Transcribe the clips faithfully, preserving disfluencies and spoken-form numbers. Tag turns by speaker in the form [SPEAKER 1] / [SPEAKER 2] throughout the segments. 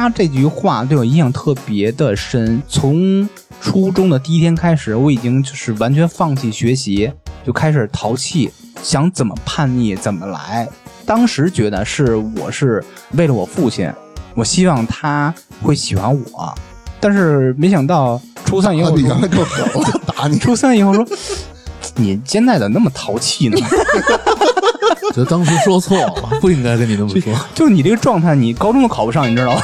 [SPEAKER 1] 他这句话对我印象特别的深。从初中的第一天开始，我已经就是完全放弃学习，就开始淘气，想怎么叛逆怎么来。当时觉得是我是为了我父亲，我希望他会喜欢我，但是没想到初三以后，
[SPEAKER 2] 你原来更狠，我就打你。
[SPEAKER 1] 初三以后说，你现在怎么那么淘气呢？
[SPEAKER 3] 觉得当时说错了，不应该跟你那么说。
[SPEAKER 1] 就, 就你这个状态，你高中都考不上，你知道吗？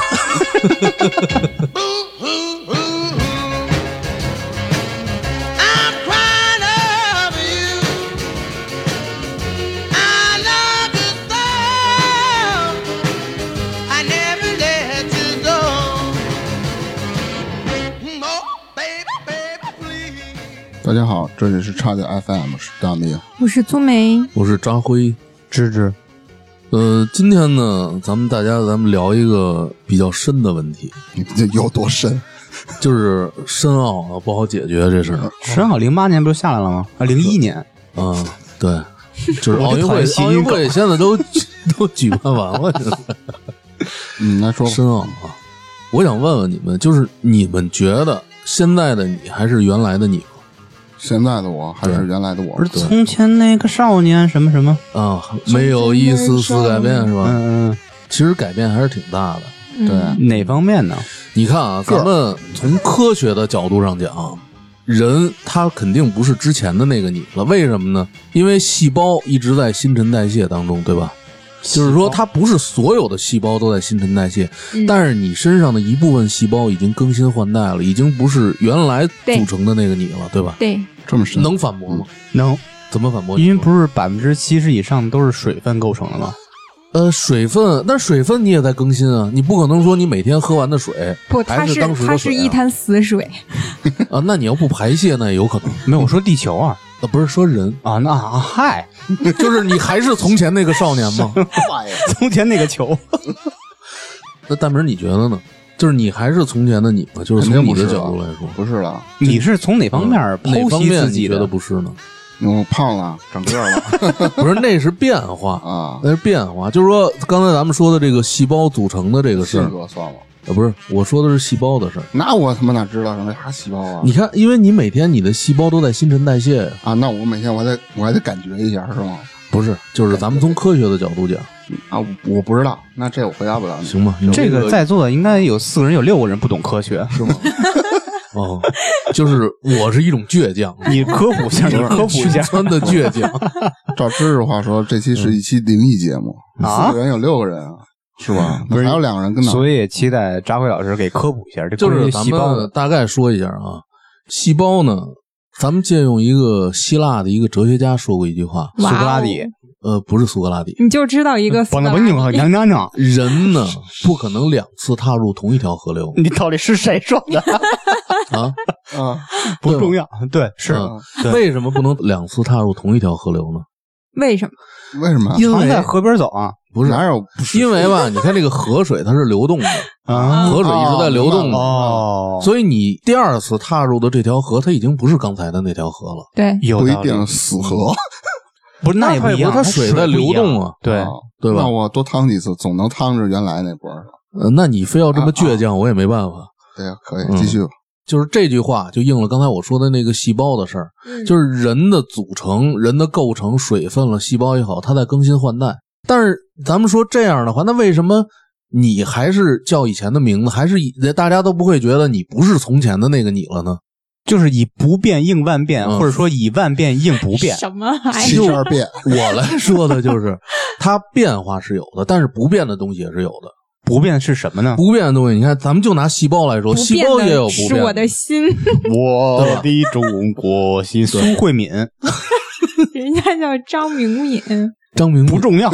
[SPEAKER 2] 大家好，这里是差点 F M， 是大明，
[SPEAKER 4] 我是朱梅，
[SPEAKER 3] 我是扎辉，
[SPEAKER 1] 芝芝。
[SPEAKER 3] 呃，今天呢，咱们大家咱们聊一个比较深的问题，
[SPEAKER 2] 这有多深？
[SPEAKER 3] 就是深奥啊，不好解决这事儿。
[SPEAKER 1] 深奥零八年不是下来了吗？啊，零一年。
[SPEAKER 3] 啊，对，就是奥运会，奥运会现在都都举办完了。
[SPEAKER 2] 嗯，来说吧。
[SPEAKER 3] 深奥啊，我想问问你们，就是你们觉得现在的你还是原来的你吗？
[SPEAKER 2] 现在的我还是原来的我？
[SPEAKER 1] 不是从前那个少年什么什么
[SPEAKER 3] 啊，没有一丝丝改变是吧？
[SPEAKER 1] 嗯嗯，
[SPEAKER 3] 其实改变还是挺大的。
[SPEAKER 4] 嗯、
[SPEAKER 2] 对，
[SPEAKER 1] 哪方面呢？
[SPEAKER 3] 你看啊，咱们从科学的角度上讲，人他肯定不是之前的那个你了。为什么呢？因为细胞一直在新陈代谢当中，对吧？就是说，它不是所有的细胞都在新陈代谢，
[SPEAKER 4] 嗯、
[SPEAKER 3] 但是你身上的一部分细胞已经更新换代了，已经不是原来组成的那个你了， 对, 对吧？
[SPEAKER 4] 对，
[SPEAKER 2] 这么深，
[SPEAKER 3] 能反驳吗？
[SPEAKER 1] 能，
[SPEAKER 3] 怎么反驳？
[SPEAKER 1] 因为不是百分之七十以上都是水分构成的吗？
[SPEAKER 3] 呃，水分，但水分你也在更新啊，你不可能说你每天喝完的水
[SPEAKER 4] 不，它是
[SPEAKER 3] 还是当时的水、啊、
[SPEAKER 4] 它是一滩死水
[SPEAKER 3] 啊，那你要不排泄，那也有可能。
[SPEAKER 1] 没有，我说地球啊。
[SPEAKER 3] 啊，不是说人
[SPEAKER 1] 啊，那啊嗨，
[SPEAKER 3] 就是你还是从前那个少年吗？
[SPEAKER 1] 从前那个球。
[SPEAKER 3] 那大明你觉得呢？就是你还是从前的你吗？就是从你的角度来说，
[SPEAKER 2] 不是了。
[SPEAKER 1] 你是从哪方面剖析自己的？
[SPEAKER 3] 你觉得不是呢？
[SPEAKER 2] 我胖了，长个儿了。
[SPEAKER 3] 不是，那是变化
[SPEAKER 2] 啊，
[SPEAKER 3] 那是变化。就是说，刚才咱们说的这个细胞组成的这个事儿，
[SPEAKER 2] 性格算了。
[SPEAKER 3] 啊，不是，我说的是细胞的事儿。
[SPEAKER 2] 那我他妈哪知道什么啥细胞啊？
[SPEAKER 3] 你看，因为你每天你的细胞都在新陈代谢
[SPEAKER 2] 啊，那我每天我还得我还得感觉一下是吗？
[SPEAKER 3] 不是，就是咱们从科学的角度讲
[SPEAKER 2] 啊，我不知道，那这我回答不了你。
[SPEAKER 3] 行吗？
[SPEAKER 1] 这个在座的应该有四个人，有六个人不懂科学，是吗？
[SPEAKER 3] 哦，就是我是一种倔强，
[SPEAKER 1] 你科普一下，你科普一下，
[SPEAKER 3] 穿的倔强。
[SPEAKER 2] 照知识话说，这期是一期灵异节目，
[SPEAKER 1] 啊、
[SPEAKER 2] 四个人有六个人啊。是吧？
[SPEAKER 1] 不是
[SPEAKER 2] 还有两个人跟哪？
[SPEAKER 1] 所以期待扎辉老师给科普一下，这
[SPEAKER 3] 就是咱们大概说一下啊。细胞呢，咱们借用一个希腊的一个哲学家说过一句话，
[SPEAKER 1] 苏格拉底，
[SPEAKER 3] 呃，不是苏格拉底，
[SPEAKER 4] 你就知道一个苏格拉底。
[SPEAKER 3] 人呢，不可能两次踏入同一条河流。
[SPEAKER 1] 你到底是谁说的？
[SPEAKER 3] 啊
[SPEAKER 2] 啊，
[SPEAKER 1] 不重要。对，是、
[SPEAKER 3] 嗯、对为什么不能两次踏入同一条河流呢？
[SPEAKER 4] 为什么？
[SPEAKER 2] 为什么？
[SPEAKER 3] 因为
[SPEAKER 1] 在河边走啊。
[SPEAKER 3] 不是
[SPEAKER 2] 哪有？不是
[SPEAKER 3] 因为吧，你看这个河水它是流动的
[SPEAKER 1] 啊，
[SPEAKER 3] 河水一直在流动的
[SPEAKER 1] 哦，
[SPEAKER 3] 所以你第二次踏入的这条河，它已经不是刚才的那条河了。
[SPEAKER 4] 对，
[SPEAKER 2] 不一定死河，
[SPEAKER 1] 不是那也不一样，
[SPEAKER 3] 它水在流动啊，
[SPEAKER 1] 对
[SPEAKER 3] 对吧？
[SPEAKER 2] 那我多趟几次，总能趟着原来那波了。
[SPEAKER 3] 呃，那你非要这么倔强，我也没办法。
[SPEAKER 2] 对呀，可以继续吧。
[SPEAKER 3] 就是这句话就应了刚才我说的那个细胞的事儿，就是人的组成、人的构成、水分了，细胞也好，它在更新换代。但是咱们说这样的话，那为什么你还是叫以前的名字，还是大家都不会觉得你不是从前的那个你了呢？
[SPEAKER 1] 就是以不变应万变，嗯、或者说以万变应不变。
[SPEAKER 4] 什么？
[SPEAKER 2] 七十二变。
[SPEAKER 3] 我来说的就是，它变化是有的，但是不变的东西也是有的。
[SPEAKER 1] 不变是什么呢？
[SPEAKER 3] 不变的东西，你看，咱们就拿细胞来说，细胞也有不变的。
[SPEAKER 4] 是我的心，
[SPEAKER 1] 我的中国心。苏慧敏，
[SPEAKER 4] 人家叫张明敏。
[SPEAKER 3] 张明
[SPEAKER 1] 不重要。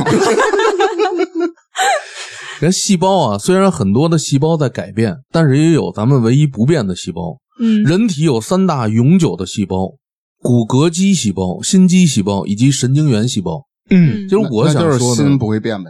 [SPEAKER 3] 人细胞啊，虽然很多的细胞在改变，但是也有咱们唯一不变的细胞。
[SPEAKER 4] 嗯，
[SPEAKER 3] 人体有三大永久的细胞：骨骼肌细胞、心肌细胞以及神经元细胞。
[SPEAKER 1] 嗯，
[SPEAKER 3] 就是我想说的，
[SPEAKER 2] 心不会变呗。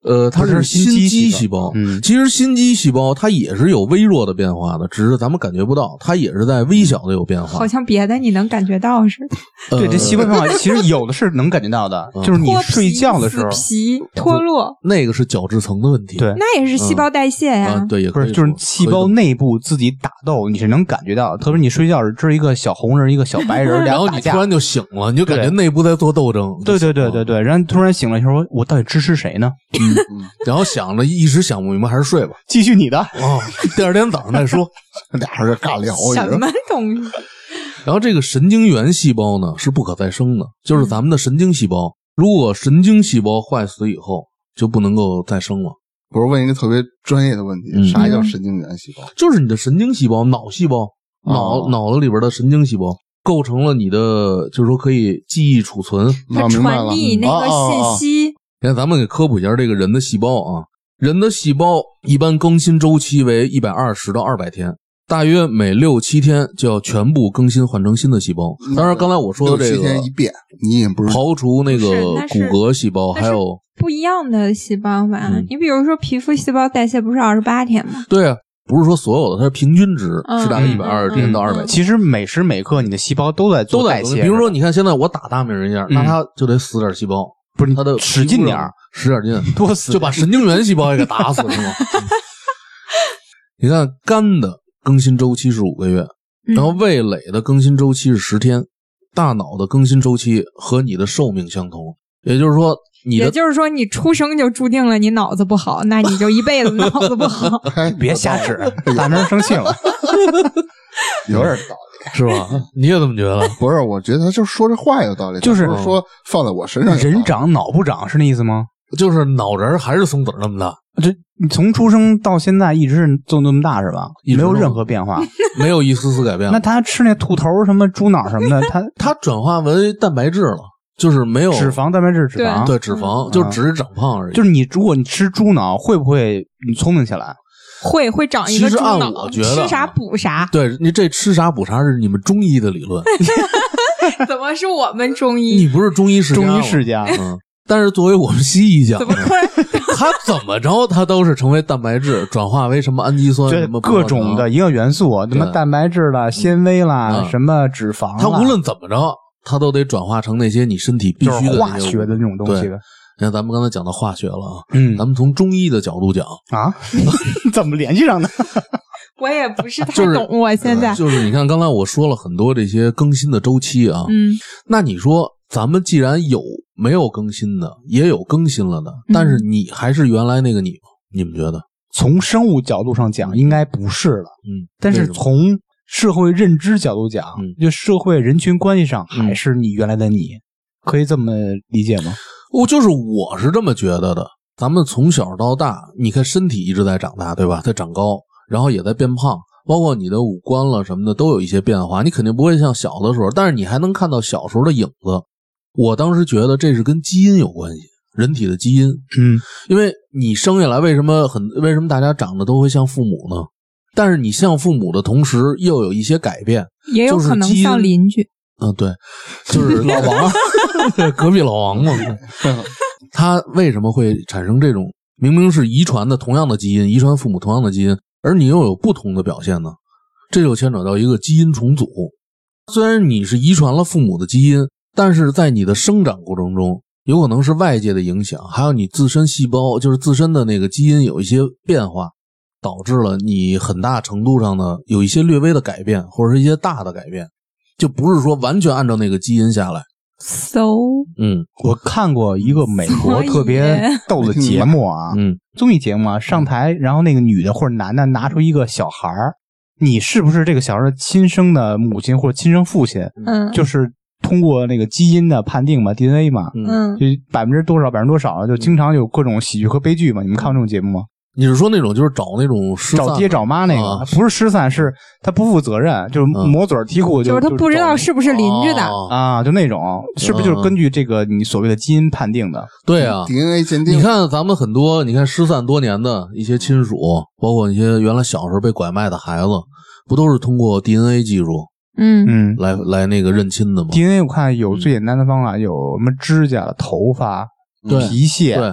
[SPEAKER 3] 呃，它是心肌细胞。
[SPEAKER 1] 嗯，
[SPEAKER 3] 其实心肌细胞它也是有微弱的变化的，只是咱们感觉不到，它也是在微小的有变化。
[SPEAKER 4] 好像别的你能感觉到似的。
[SPEAKER 3] 呃、
[SPEAKER 1] 对，这细胞变化其实有的是能感觉到的，
[SPEAKER 3] 嗯、
[SPEAKER 1] 就是你睡觉的时候，
[SPEAKER 4] 皮脱落，
[SPEAKER 3] 那个是角质层的问题。
[SPEAKER 1] 对，
[SPEAKER 4] 那也是细胞代谢呀。
[SPEAKER 3] 嗯啊、对，也
[SPEAKER 1] 不是，就是细胞内部自己打斗，你是能感觉到的。特别你睡觉时，这是一个小红人，一个小白人，
[SPEAKER 3] 然后你突然就醒了，你就感觉内部在做斗争。
[SPEAKER 1] 对对对对对，然后突然醒了以后，说我到底支持谁呢？
[SPEAKER 3] 嗯，然后想着一时想不明白，还是睡吧，
[SPEAKER 1] 继续你的。
[SPEAKER 3] 哦，第二天早上再说。
[SPEAKER 2] 俩人尬聊，
[SPEAKER 4] 什么东西？
[SPEAKER 3] 然后这个神经元细胞呢是不可再生的，就是咱们的神经细胞，如果神经细胞坏死以后，就不能够再生了。
[SPEAKER 2] 不是问一个特别专业的问题，
[SPEAKER 3] 嗯、
[SPEAKER 2] 啥叫神经元细胞？
[SPEAKER 3] 就是你的神经细胞，脑细胞，脑、
[SPEAKER 2] 哦、
[SPEAKER 3] 脑子里边的神经细胞。构成了你的，就是说可以记忆储存，
[SPEAKER 4] 它传递那个信息。
[SPEAKER 3] 你看，咱们给科普一下这个人的细胞啊，人的细胞一般更新周期为一百二十到二百天，大约每六七天就要全部更新换成新的细胞。当然，刚才我说的这个，
[SPEAKER 2] 六七天一变，你也不是
[SPEAKER 3] 刨除那个骨骼细胞，还有
[SPEAKER 4] 不一样的细胞吧？
[SPEAKER 3] 嗯、
[SPEAKER 4] 你比如说皮肤细胞代谢不是二十八天吗？
[SPEAKER 3] 对啊。不是说所有的，它是平均值，
[SPEAKER 4] 嗯、
[SPEAKER 3] 是大概一百二十天到二百天。
[SPEAKER 1] 其实每时每刻你的细胞都在做代谢。
[SPEAKER 3] 比如说，你看现在我打大名人一下，嗯、那他就得死点细胞，
[SPEAKER 1] 不是
[SPEAKER 3] 他的
[SPEAKER 1] 使劲点
[SPEAKER 3] 使点劲，
[SPEAKER 1] 多死
[SPEAKER 3] 就把神经元细胞也给打死是吗？嗯、你看肝的更新周期是五个月，然后味蕾的更新周期是十天，大脑的更新周期和你的寿命相同，也就是说。你
[SPEAKER 4] 也就是说，你出生就注定了你脑子不好，那你就一辈子脑子不好。
[SPEAKER 1] 别瞎指，大明生气了，
[SPEAKER 2] 有点道理，
[SPEAKER 3] 是吧？你也这么觉得？
[SPEAKER 2] 不是，我觉得他就说这话有道理，
[SPEAKER 1] 就是
[SPEAKER 2] 说放在我身上，
[SPEAKER 1] 人长脑不长是那意思吗？
[SPEAKER 3] 就是脑仁还是松子那么大，
[SPEAKER 1] 这你从出生到现在一直是就那么大是吧？没有任何变化，
[SPEAKER 3] 没有一丝丝改变。
[SPEAKER 1] 那他吃那兔头什么猪脑什么的，他
[SPEAKER 3] 他转化为蛋白质了。就是没有
[SPEAKER 1] 脂肪、蛋白质、脂肪，
[SPEAKER 3] 对脂肪，嗯、就只是长胖而已。
[SPEAKER 1] 就是你，如果你吃猪脑，会不会你聪明起来？
[SPEAKER 4] 会，会长一个猪脑。
[SPEAKER 3] 其实按我觉得，
[SPEAKER 4] 吃啥补啥。
[SPEAKER 3] 对你这吃啥补啥是你们中医的理论。
[SPEAKER 4] 怎么是我们中医？
[SPEAKER 3] 你不是中医世家吗？
[SPEAKER 1] 中医世家。
[SPEAKER 3] 嗯。但是作为我们西医讲，
[SPEAKER 4] 怎么突然？
[SPEAKER 3] 它怎么着，它都是成为蛋白质，转化为什么氨基酸，什么
[SPEAKER 1] 各种的营养元素，什么蛋白质啦、纤维啦、
[SPEAKER 3] 嗯、
[SPEAKER 1] 什么脂肪。
[SPEAKER 3] 它无论怎么着。它都得转化成那些你身体必须的、
[SPEAKER 1] 就是、化学的那种东西的。
[SPEAKER 3] 你看，咱们刚才讲到化学了啊，
[SPEAKER 1] 嗯，
[SPEAKER 3] 咱们从中医的角度讲
[SPEAKER 1] 啊，怎么联系上的？
[SPEAKER 4] 我也不是太
[SPEAKER 3] 就是
[SPEAKER 4] 懂，我现在
[SPEAKER 3] 就是你看，刚才我说了很多这些更新的周期啊，
[SPEAKER 4] 嗯，
[SPEAKER 3] 那你说咱们既然有没有更新的，也有更新了的，但是你还是原来那个你吗？你们觉得？
[SPEAKER 1] 从生物角度上讲，应该不是了，
[SPEAKER 3] 嗯，
[SPEAKER 1] 但是从社会认知角度讲，
[SPEAKER 3] 嗯、
[SPEAKER 1] 就社会人群关系上，还是你原来的你，嗯、可以这么理解吗？
[SPEAKER 3] 我就是我是这么觉得的。咱们从小到大，你看身体一直在长大，对吧？在长高，然后也在变胖，包括你的五官了什么的都有一些变化。你肯定不会像小的时候，但是你还能看到小时候的影子。我当时觉得这是跟基因有关系，人体的基因。
[SPEAKER 1] 嗯，
[SPEAKER 3] 因为你生下来为什么很为什么大家长得都会像父母呢？但是你像父母的同时，又有一些改变，
[SPEAKER 4] 也有可能像邻居。
[SPEAKER 3] 嗯，对，就是老王，隔壁老王嘛。他为什么会产生这种明明是遗传的同样的基因，遗传父母同样的基因，而你又有不同的表现呢？这就牵扯到一个基因重组。虽然你是遗传了父母的基因，但是在你的生长过程中，有可能是外界的影响，还有你自身细胞，就是自身的那个基因有一些变化。导致了你很大程度上呢有一些略微的改变，或者是一些大的改变，就不是说完全按照那个基因下来。
[SPEAKER 4] So，
[SPEAKER 3] 嗯，
[SPEAKER 1] 我看过一个美国特别逗的节目啊，
[SPEAKER 3] 嗯，
[SPEAKER 1] 综艺节目啊，上台，然后那个女的或者男的拿出一个小孩儿，你是不是这个小孩的亲生的母亲或者亲生父亲？
[SPEAKER 4] 嗯，
[SPEAKER 1] 就是通过那个基因的判定嘛 ，D N A 嘛，
[SPEAKER 4] 嗯，
[SPEAKER 1] 就百分之多少百分之多少，就经常有各种喜剧和悲剧嘛。你们看过这种节目吗？
[SPEAKER 3] 你是说那种就是找那种失散
[SPEAKER 1] 找爹找妈那个、
[SPEAKER 3] 啊、
[SPEAKER 1] 不是失散，是他不负责任，就是抹嘴啼哭，
[SPEAKER 4] 就、嗯、就是他不知道是不是邻居的、
[SPEAKER 3] 哦、
[SPEAKER 1] 啊，就那种是不是就是根据这个你所谓的基因判定的？
[SPEAKER 3] 对啊
[SPEAKER 2] ，D N A 鉴定。
[SPEAKER 3] 你看咱们很多，你看失散多年的一些亲属，包括一些原来小时候被拐卖的孩子，不都是通过 D N A 技术，
[SPEAKER 4] 嗯
[SPEAKER 1] 嗯，
[SPEAKER 3] 来来那个认亲的吗
[SPEAKER 1] ？D N A 我看有最简单的方法，有什么指甲、头发、
[SPEAKER 3] 对
[SPEAKER 1] 皮屑。
[SPEAKER 3] 对。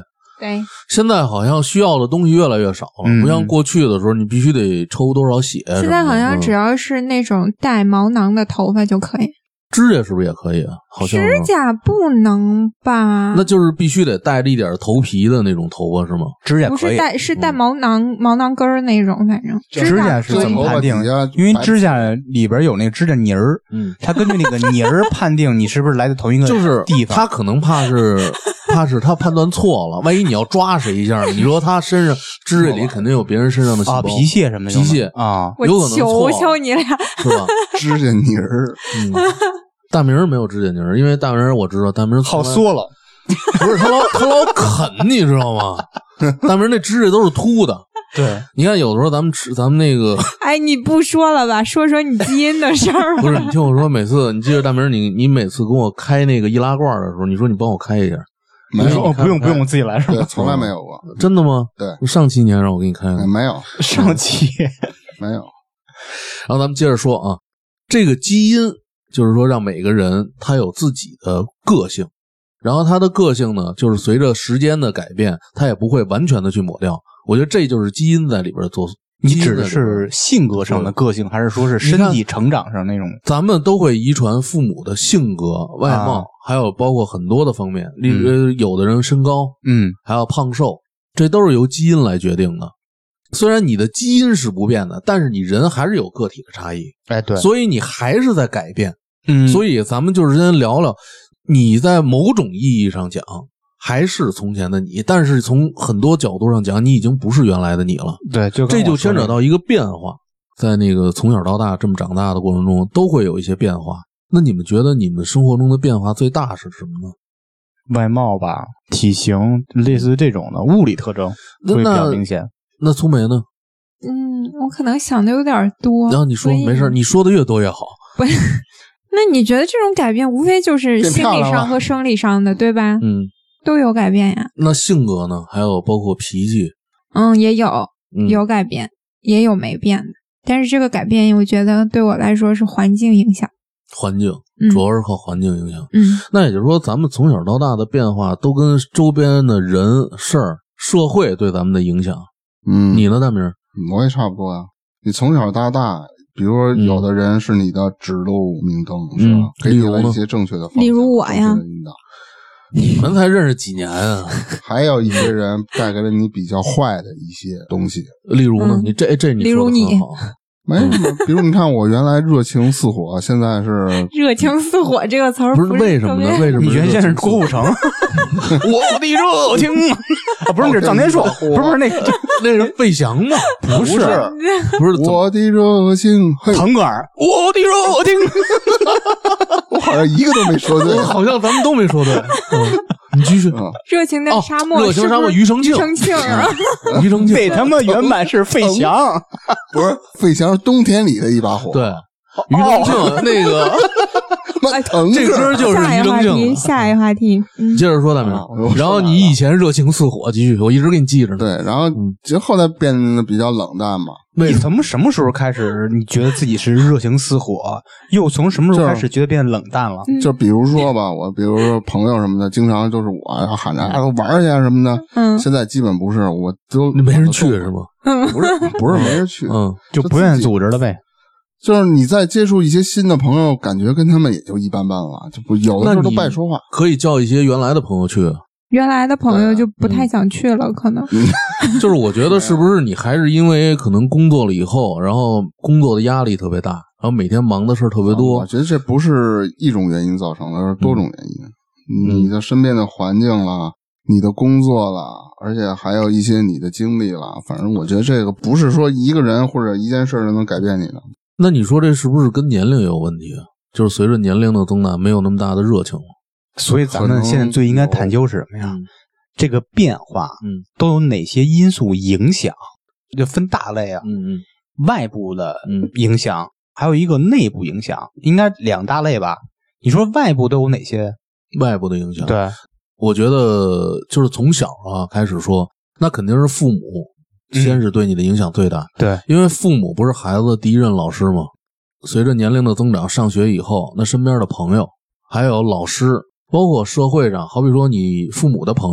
[SPEAKER 4] 对，
[SPEAKER 3] 现在好像需要的东西越来越少了，
[SPEAKER 1] 嗯、
[SPEAKER 3] 不像过去的时候，你必须得抽多少血。
[SPEAKER 4] 现在好像只要是那种带毛囊的头发就可以。
[SPEAKER 3] 指甲是不是也可以啊？好像
[SPEAKER 4] 指甲不能吧？
[SPEAKER 3] 那就是必须得带着一点头皮的那种头发是吗？
[SPEAKER 1] 指甲可以，
[SPEAKER 4] 不是带是带毛囊、嗯、毛囊根儿那种，反正
[SPEAKER 1] 指甲是怎么判定？因为指甲里边有那个指甲泥儿，嗯，他根据那个泥儿判定你是不是来自同一个
[SPEAKER 3] 就是
[SPEAKER 1] 地方。
[SPEAKER 3] 他可能怕是怕是他判断错了，万一你要抓谁一下，你说他身上指甲里肯定有别人身上的细胞，
[SPEAKER 1] 啊，皮屑什么的，
[SPEAKER 3] 皮屑
[SPEAKER 1] 啊，
[SPEAKER 3] 有可能错。
[SPEAKER 4] 我求求你俩，
[SPEAKER 3] 是吧？
[SPEAKER 2] 指甲泥儿，
[SPEAKER 3] 嗯。大明没有指甲泥儿，因为大明我知道大明
[SPEAKER 1] 好缩了，
[SPEAKER 3] 不是他老他老啃，你知道吗？大明那指甲都是秃的。
[SPEAKER 1] 对，
[SPEAKER 3] 你看有的时候咱们吃咱们那个，
[SPEAKER 4] 哎，你不说了吧？说说你基因的事儿。
[SPEAKER 3] 不是，你听我说，每次你记得大明，你你每次给我开那个易拉罐的时候，你说你帮我开一下，
[SPEAKER 2] 没有，
[SPEAKER 1] 哦，不用不用，我自己来是吧？
[SPEAKER 2] 对，从来没有过。
[SPEAKER 3] 真的吗？
[SPEAKER 2] 对，
[SPEAKER 3] 上七年让我给你开的，
[SPEAKER 2] 没有，
[SPEAKER 1] 上期
[SPEAKER 2] 没有。
[SPEAKER 3] 然后咱们接着说啊，这个基因。就是说，让每个人他有自己的个性，然后他的个性呢，就是随着时间的改变，他也不会完全的去抹掉。我觉得这就是基因在里边做。
[SPEAKER 1] 你指的是性格上的个性，还是说是身体成长上那种？
[SPEAKER 3] 咱们都会遗传父母的性格、外貌，啊、还有包括很多的方面。例如、嗯，有的人身高，
[SPEAKER 1] 嗯，
[SPEAKER 3] 还有胖瘦，这都是由基因来决定的。虽然你的基因是不变的，但是你人还是有个体的差异。
[SPEAKER 1] 哎，对，
[SPEAKER 3] 所以你还是在改变。
[SPEAKER 1] 嗯，
[SPEAKER 3] 所以咱们就是先聊聊，你在某种意义上讲还是从前的你，但是从很多角度上讲，你已经不是原来的你了。
[SPEAKER 1] 对，就
[SPEAKER 3] 这就牵扯到一个变化，在那个从小到大这么长大的过程中，都会有一些变化。那你们觉得你们生活中的变化最大是什么呢？
[SPEAKER 1] 外貌吧，体型，类似这种的物理特征会比较明显。
[SPEAKER 3] 那, 那粗梅呢？
[SPEAKER 4] 嗯，我可能想的有点多。
[SPEAKER 3] 然后你说没事，你说的越多越好。
[SPEAKER 4] 不是。那你觉得这种改变无非就是心理上和生理上的，对吧？
[SPEAKER 3] 嗯，
[SPEAKER 4] 都有改变呀。
[SPEAKER 3] 那性格呢？还有包括脾气，
[SPEAKER 4] 嗯，也有、
[SPEAKER 3] 嗯、
[SPEAKER 4] 有改变，也有没变的。但是这个改变，我觉得对我来说是环境影响。
[SPEAKER 3] 环境、
[SPEAKER 4] 嗯、
[SPEAKER 3] 主要是靠环境影响。
[SPEAKER 4] 嗯，
[SPEAKER 3] 那也就是说，咱们从小到大的变化都跟周边的人、事儿、社会对咱们的影响。
[SPEAKER 2] 嗯，
[SPEAKER 3] 你呢，大明？
[SPEAKER 2] 我也差不多啊。你从小到大。比如说，有的人是你的指路明灯，
[SPEAKER 3] 嗯、
[SPEAKER 2] 是吧？给你了一些正确的方向，
[SPEAKER 4] 例如我呀，
[SPEAKER 3] 你们才认识几年啊？
[SPEAKER 2] 还有一些人带给了你比较坏的一些东西，
[SPEAKER 3] 例如呢？嗯、你这这你说的很好。
[SPEAKER 2] 没什么，比如你看我原来热情似火，现在是
[SPEAKER 4] 热情似火这个词儿
[SPEAKER 3] 不是为什么呢？为什么？
[SPEAKER 1] 你原先是郭富城，我的热情啊，不是，这是臧天朔，不是不是那个
[SPEAKER 3] 那是费翔吗？
[SPEAKER 1] 不是，
[SPEAKER 3] 不是
[SPEAKER 2] 我的热情，
[SPEAKER 1] 腾格尔，我的热情，
[SPEAKER 2] 我好像一个都没说对，
[SPEAKER 3] 好像咱们都没说对。嗯你继续啊！
[SPEAKER 4] 热情的沙漠，
[SPEAKER 3] 哦、热情沙漠，庾澄庆，
[SPEAKER 4] 庾澄庆啊，
[SPEAKER 3] 庾澄庆，
[SPEAKER 1] 这他妈原版是费翔，
[SPEAKER 2] 不是费翔是冬天里的一把火。
[SPEAKER 3] 对，庾澄庆那个，
[SPEAKER 2] 腾
[SPEAKER 3] 这歌就是庾澄庆。
[SPEAKER 4] 下一个话题，
[SPEAKER 3] 你接着说，大明。然后你以前热情似火，继续，我一直给你记着呢。
[SPEAKER 2] 对，然后其实后来变得比较冷淡嘛。
[SPEAKER 1] 你从什么时候开始，你觉得自己是热情似火？又从什么时候开始觉得变冷淡了？
[SPEAKER 2] 就, 就比如说吧，我比如说朋友什么的，经常就是我要喊着啊玩去什么的。嗯，现在基本不是，我都
[SPEAKER 3] 没人去是吗？
[SPEAKER 2] 嗯，不是，不是没人去，
[SPEAKER 3] 嗯，
[SPEAKER 1] 就不愿意组织了呗。
[SPEAKER 2] 就是你在接触一些新的朋友，感觉跟他们也就一般般了，就不有的时候都不爱说话。
[SPEAKER 3] 可以叫一些原来的朋友去。
[SPEAKER 4] 原来的朋友就不太想去了，嗯、可能。
[SPEAKER 3] 就是我觉得是不是你还是因为可能工作了以后，然后工作的压力特别大，然后每天忙的事特别多。
[SPEAKER 2] 我觉得这不是一种原因造成的，而是多种原因。嗯、你的身边的环境啦，你的工作啦，而且还有一些你的经历啦，反正我觉得这个不是说一个人或者一件事就能改变你的。
[SPEAKER 3] 那你说这是不是跟年龄有问题啊？就是随着年龄的增大，没有那么大的热情了。
[SPEAKER 1] 所以咱们现在最应该探究是什么呀？嗯、这个变化，嗯，都有哪些因素影响？就分大类啊，
[SPEAKER 3] 嗯嗯，
[SPEAKER 1] 外部的影响，嗯、还有一个内部影响，应该两大类吧？你说外部都有哪些？
[SPEAKER 3] 外部的影响，
[SPEAKER 1] 对，
[SPEAKER 3] 我觉得就是从小啊开始说，那肯定是父母先是对你的影响最大，
[SPEAKER 1] 嗯、对，
[SPEAKER 3] 因为父母不是孩子的第一任老师吗？随着年龄的增长，上学以后，那身边的朋友，还有老师。包括社会上，好比说你父母的朋友，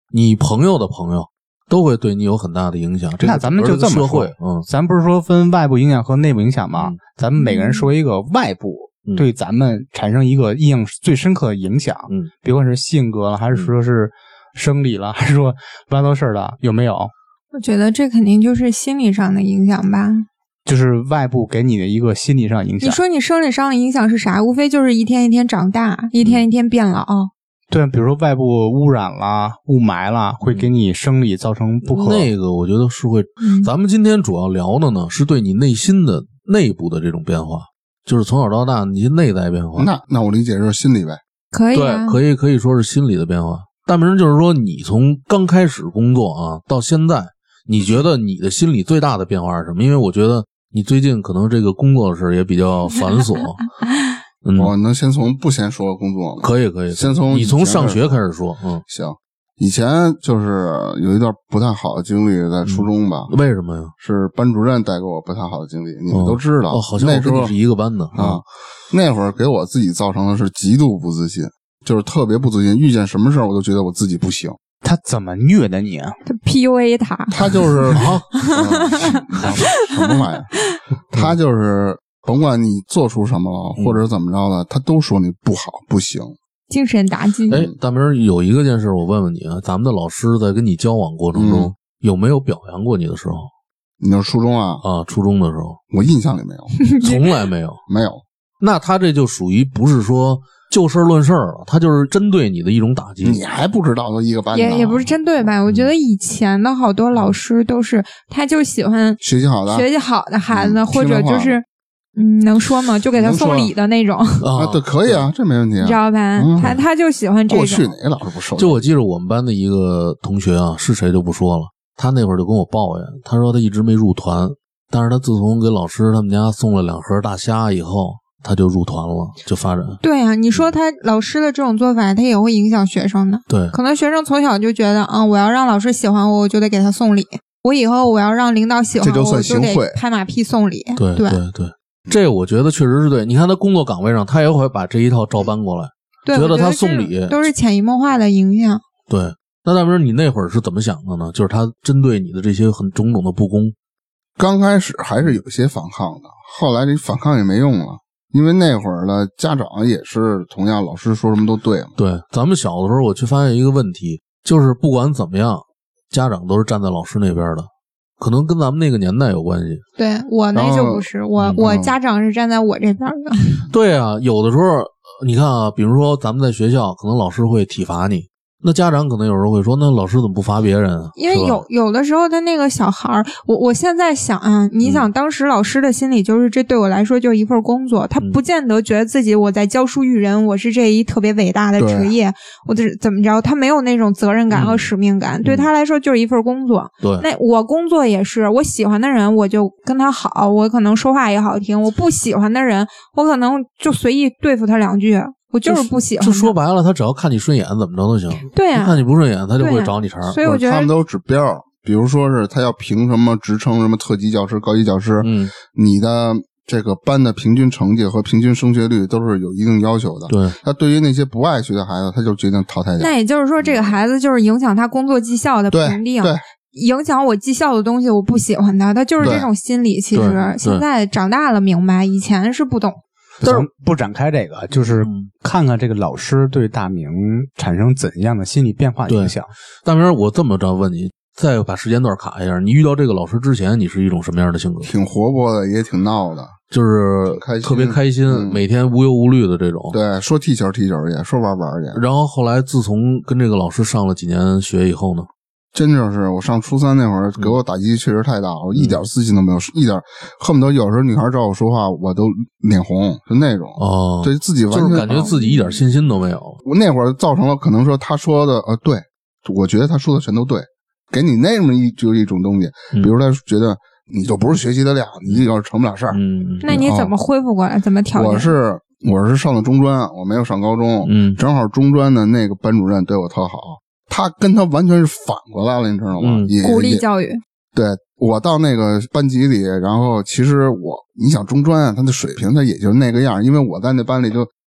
[SPEAKER 3] 你朋友的朋友都会对你有很大的影响。这
[SPEAKER 1] 那咱们就这么说，
[SPEAKER 3] 社会，嗯，
[SPEAKER 1] 咱不是说分外部影响和内部影响吗？
[SPEAKER 3] 嗯、
[SPEAKER 1] 咱们每个人说一个外部、
[SPEAKER 3] 嗯、
[SPEAKER 1] 对咱们产生一个印象最深刻的影响，
[SPEAKER 3] 嗯，
[SPEAKER 1] 别管是性格了，还是说是生理了，还是说乱糟事儿的，有没有？
[SPEAKER 4] 我觉得这肯定就是心理上的影响吧。
[SPEAKER 1] 就是外部给你的一个心理上影响。
[SPEAKER 4] 你说你生理上的影响是啥？无非就是一天一天长大，一天一天变老。嗯、
[SPEAKER 1] 对，比如说外部污染啦、雾霾啦，会给你生理造成不可。
[SPEAKER 3] 那个我觉得是会、嗯。咱们今天主要聊的呢，是对你内心的内部的这种变化，就是从小到大你内在变化。
[SPEAKER 2] 那那我理解是心理呗。
[SPEAKER 4] 可以、啊，
[SPEAKER 3] 对，可以可以说是心理的变化。大明就是说，你从刚开始工作啊到现在，你觉得你的心理最大的变化是什么？因为我觉得。你最近可能这个工作的事也比较繁琐，
[SPEAKER 2] 嗯，我能先从不先说工作吗？
[SPEAKER 3] 可以可以，
[SPEAKER 2] 先从
[SPEAKER 3] 你从上学开始说，嗯，
[SPEAKER 2] 行。以前就是有一段不太好的经历，在初中吧。
[SPEAKER 3] 嗯、为什么呀？
[SPEAKER 2] 是班主任带给我不太好的经历，你们都知道。
[SPEAKER 3] 哦，好像我跟你是一个班的
[SPEAKER 2] 啊。那会儿给我自己造成的是极度不自信，就是特别不自信，遇见什么事儿我都觉得我自己不行。
[SPEAKER 1] 他怎么虐的你啊？
[SPEAKER 4] 他 P U A 他，
[SPEAKER 2] 他就是啊、嗯，什么玩意儿？他就是甭管你做出什么了，或者怎么着的，他都说你不好不行，
[SPEAKER 4] 精神打击。
[SPEAKER 3] 哎，大明有一个件事，我问问你啊，咱们的老师在跟你交往过程中、嗯、有没有表扬过你的时候？
[SPEAKER 2] 你说初中啊？
[SPEAKER 3] 啊，初中的时候，
[SPEAKER 2] 我印象里没有，
[SPEAKER 3] 从来没有，
[SPEAKER 2] 没有。
[SPEAKER 3] 那他这就属于不是说。就事论事了，他就是针对你的一种打击。
[SPEAKER 2] 你还不知道都一个班的，
[SPEAKER 4] 也也不是针对吧？我觉得以前的好多老师都是，他就喜欢
[SPEAKER 2] 学习好的、
[SPEAKER 4] 学习好的孩子，
[SPEAKER 2] 嗯、
[SPEAKER 4] 或者就是，嗯，能说吗？就给他送礼的那种
[SPEAKER 2] 啊，对，可以啊，这没问题、啊，
[SPEAKER 4] 你知道吧？嗯、他他就喜欢这种。
[SPEAKER 2] 过去哪个老师不受？
[SPEAKER 3] 就我记得我们班的一个同学啊，是谁就不说了，他那会儿就跟我抱怨，他说他一直没入团，但是他自从给老师他们家送了两盒大虾以后。他就入团了，就发展。
[SPEAKER 4] 对啊，你说他老师的这种做法，他也会影响学生的。
[SPEAKER 3] 对，
[SPEAKER 4] 可能学生从小就觉得，啊、嗯，我要让老师喜欢我，我就得给他送礼；我以后我要让领导喜欢我，我就得拍马屁送礼。
[SPEAKER 3] 对
[SPEAKER 4] 对
[SPEAKER 3] 对, 对, 对，这个我觉得确实是对。你看他工作岗位上，他也会把这一套照搬过来，
[SPEAKER 4] 对，
[SPEAKER 3] 觉得他送礼
[SPEAKER 4] 都是潜移默化的影响。
[SPEAKER 3] 对，那大明，你那会儿是怎么想的呢？就是他针对你的这些很种种的不公，
[SPEAKER 2] 刚开始还是有些反抗的，后来这反抗也没用了。因为那会儿的家长也是同样，老师说什么都对嘛。
[SPEAKER 3] 对，咱们小的时候，我去发现一个问题，就是不管怎么样，家长都是站在老师那边的，可能跟咱们那个年代有关系。
[SPEAKER 4] 对，我那就不是，我、嗯、我家长是站在我这边的。
[SPEAKER 3] 对啊，有的时候你看啊，比如说咱们在学校，可能老师会体罚你。那家长可能有时候会说，那老师怎么不罚别人啊？
[SPEAKER 4] 因为有有的时候他那个小孩，我我现在想啊，你想当时老师的心理就是，这对我来说就是一份工作，他不见得觉得自己我在教书育人，我是这一特别伟大的职业，我是怎么着，他没有那种责任感和使命感，嗯、对他来说就是一份工作。
[SPEAKER 3] 对，
[SPEAKER 4] 那我工作也是，我喜欢的人我就跟他好，我可能说话也好听，我不喜欢的人，我可能就随意对付他两句。我就是不喜欢，
[SPEAKER 3] 就说白了，他只要看你顺眼，怎么着都行。
[SPEAKER 4] 对啊，
[SPEAKER 3] 看你不顺眼，他就会找你茬、
[SPEAKER 4] 啊。所以我觉得
[SPEAKER 2] 他们都有指标，比如说是他要评什么职称，什么特级教师、高级教师，
[SPEAKER 3] 嗯，
[SPEAKER 2] 你的这个班的平均成绩和平均升学率都是有一定要求的。
[SPEAKER 3] 对，
[SPEAKER 2] 他对于那些不爱学的孩子，他就决定淘汰掉。
[SPEAKER 4] 那也就是说，这个孩子就是影响他工作绩效的评定。
[SPEAKER 2] 对。对，
[SPEAKER 4] 影响我绩效的东西，我不喜欢他，他就是这种心理。其实现在长大了明白，以前是不懂。
[SPEAKER 1] 但是不展开这个，就是看看这个老师对大明产生怎样的心理变化的影响。
[SPEAKER 3] 大明，我这么着问你，再把时间段卡一下，你遇到这个老师之前，你是一种什么样的性格？
[SPEAKER 2] 挺活泼的，也挺闹的，
[SPEAKER 3] 就是特别开心，嗯、每天无忧无虑的这种。
[SPEAKER 2] 对，说踢球踢球去，说玩玩去。
[SPEAKER 3] 然后后来，自从跟这个老师上了几年学以后呢？
[SPEAKER 2] 真就是我上初三那会儿，给我打击确实太大，我一点自信都没有，一点恨不得有时候女孩找我说话，我都脸红，就那种。
[SPEAKER 3] 哦，
[SPEAKER 2] 对自己完全
[SPEAKER 3] 就是感觉自己一点信心都没有。
[SPEAKER 2] 我那会儿造成了可能说他说的呃对，我觉得他说的全都对，给你那么一就一种东西，
[SPEAKER 3] 嗯、
[SPEAKER 2] 比如他觉得你就不是学习的料，你要是成不了事儿。
[SPEAKER 3] 嗯，
[SPEAKER 4] 那你怎么恢复过来？哦、怎么调整？
[SPEAKER 2] 我是我是上的中专，我没有上高中。
[SPEAKER 3] 嗯，
[SPEAKER 2] 正好中专的那个班主任对我特好。他跟他完全是反过来了，你知道吗？
[SPEAKER 3] 嗯、
[SPEAKER 2] 也
[SPEAKER 4] 鼓励教育。
[SPEAKER 2] 对，我到那个班级里，然后其实我，你想中专啊，他的水平他也就那个样，因为我在那班里就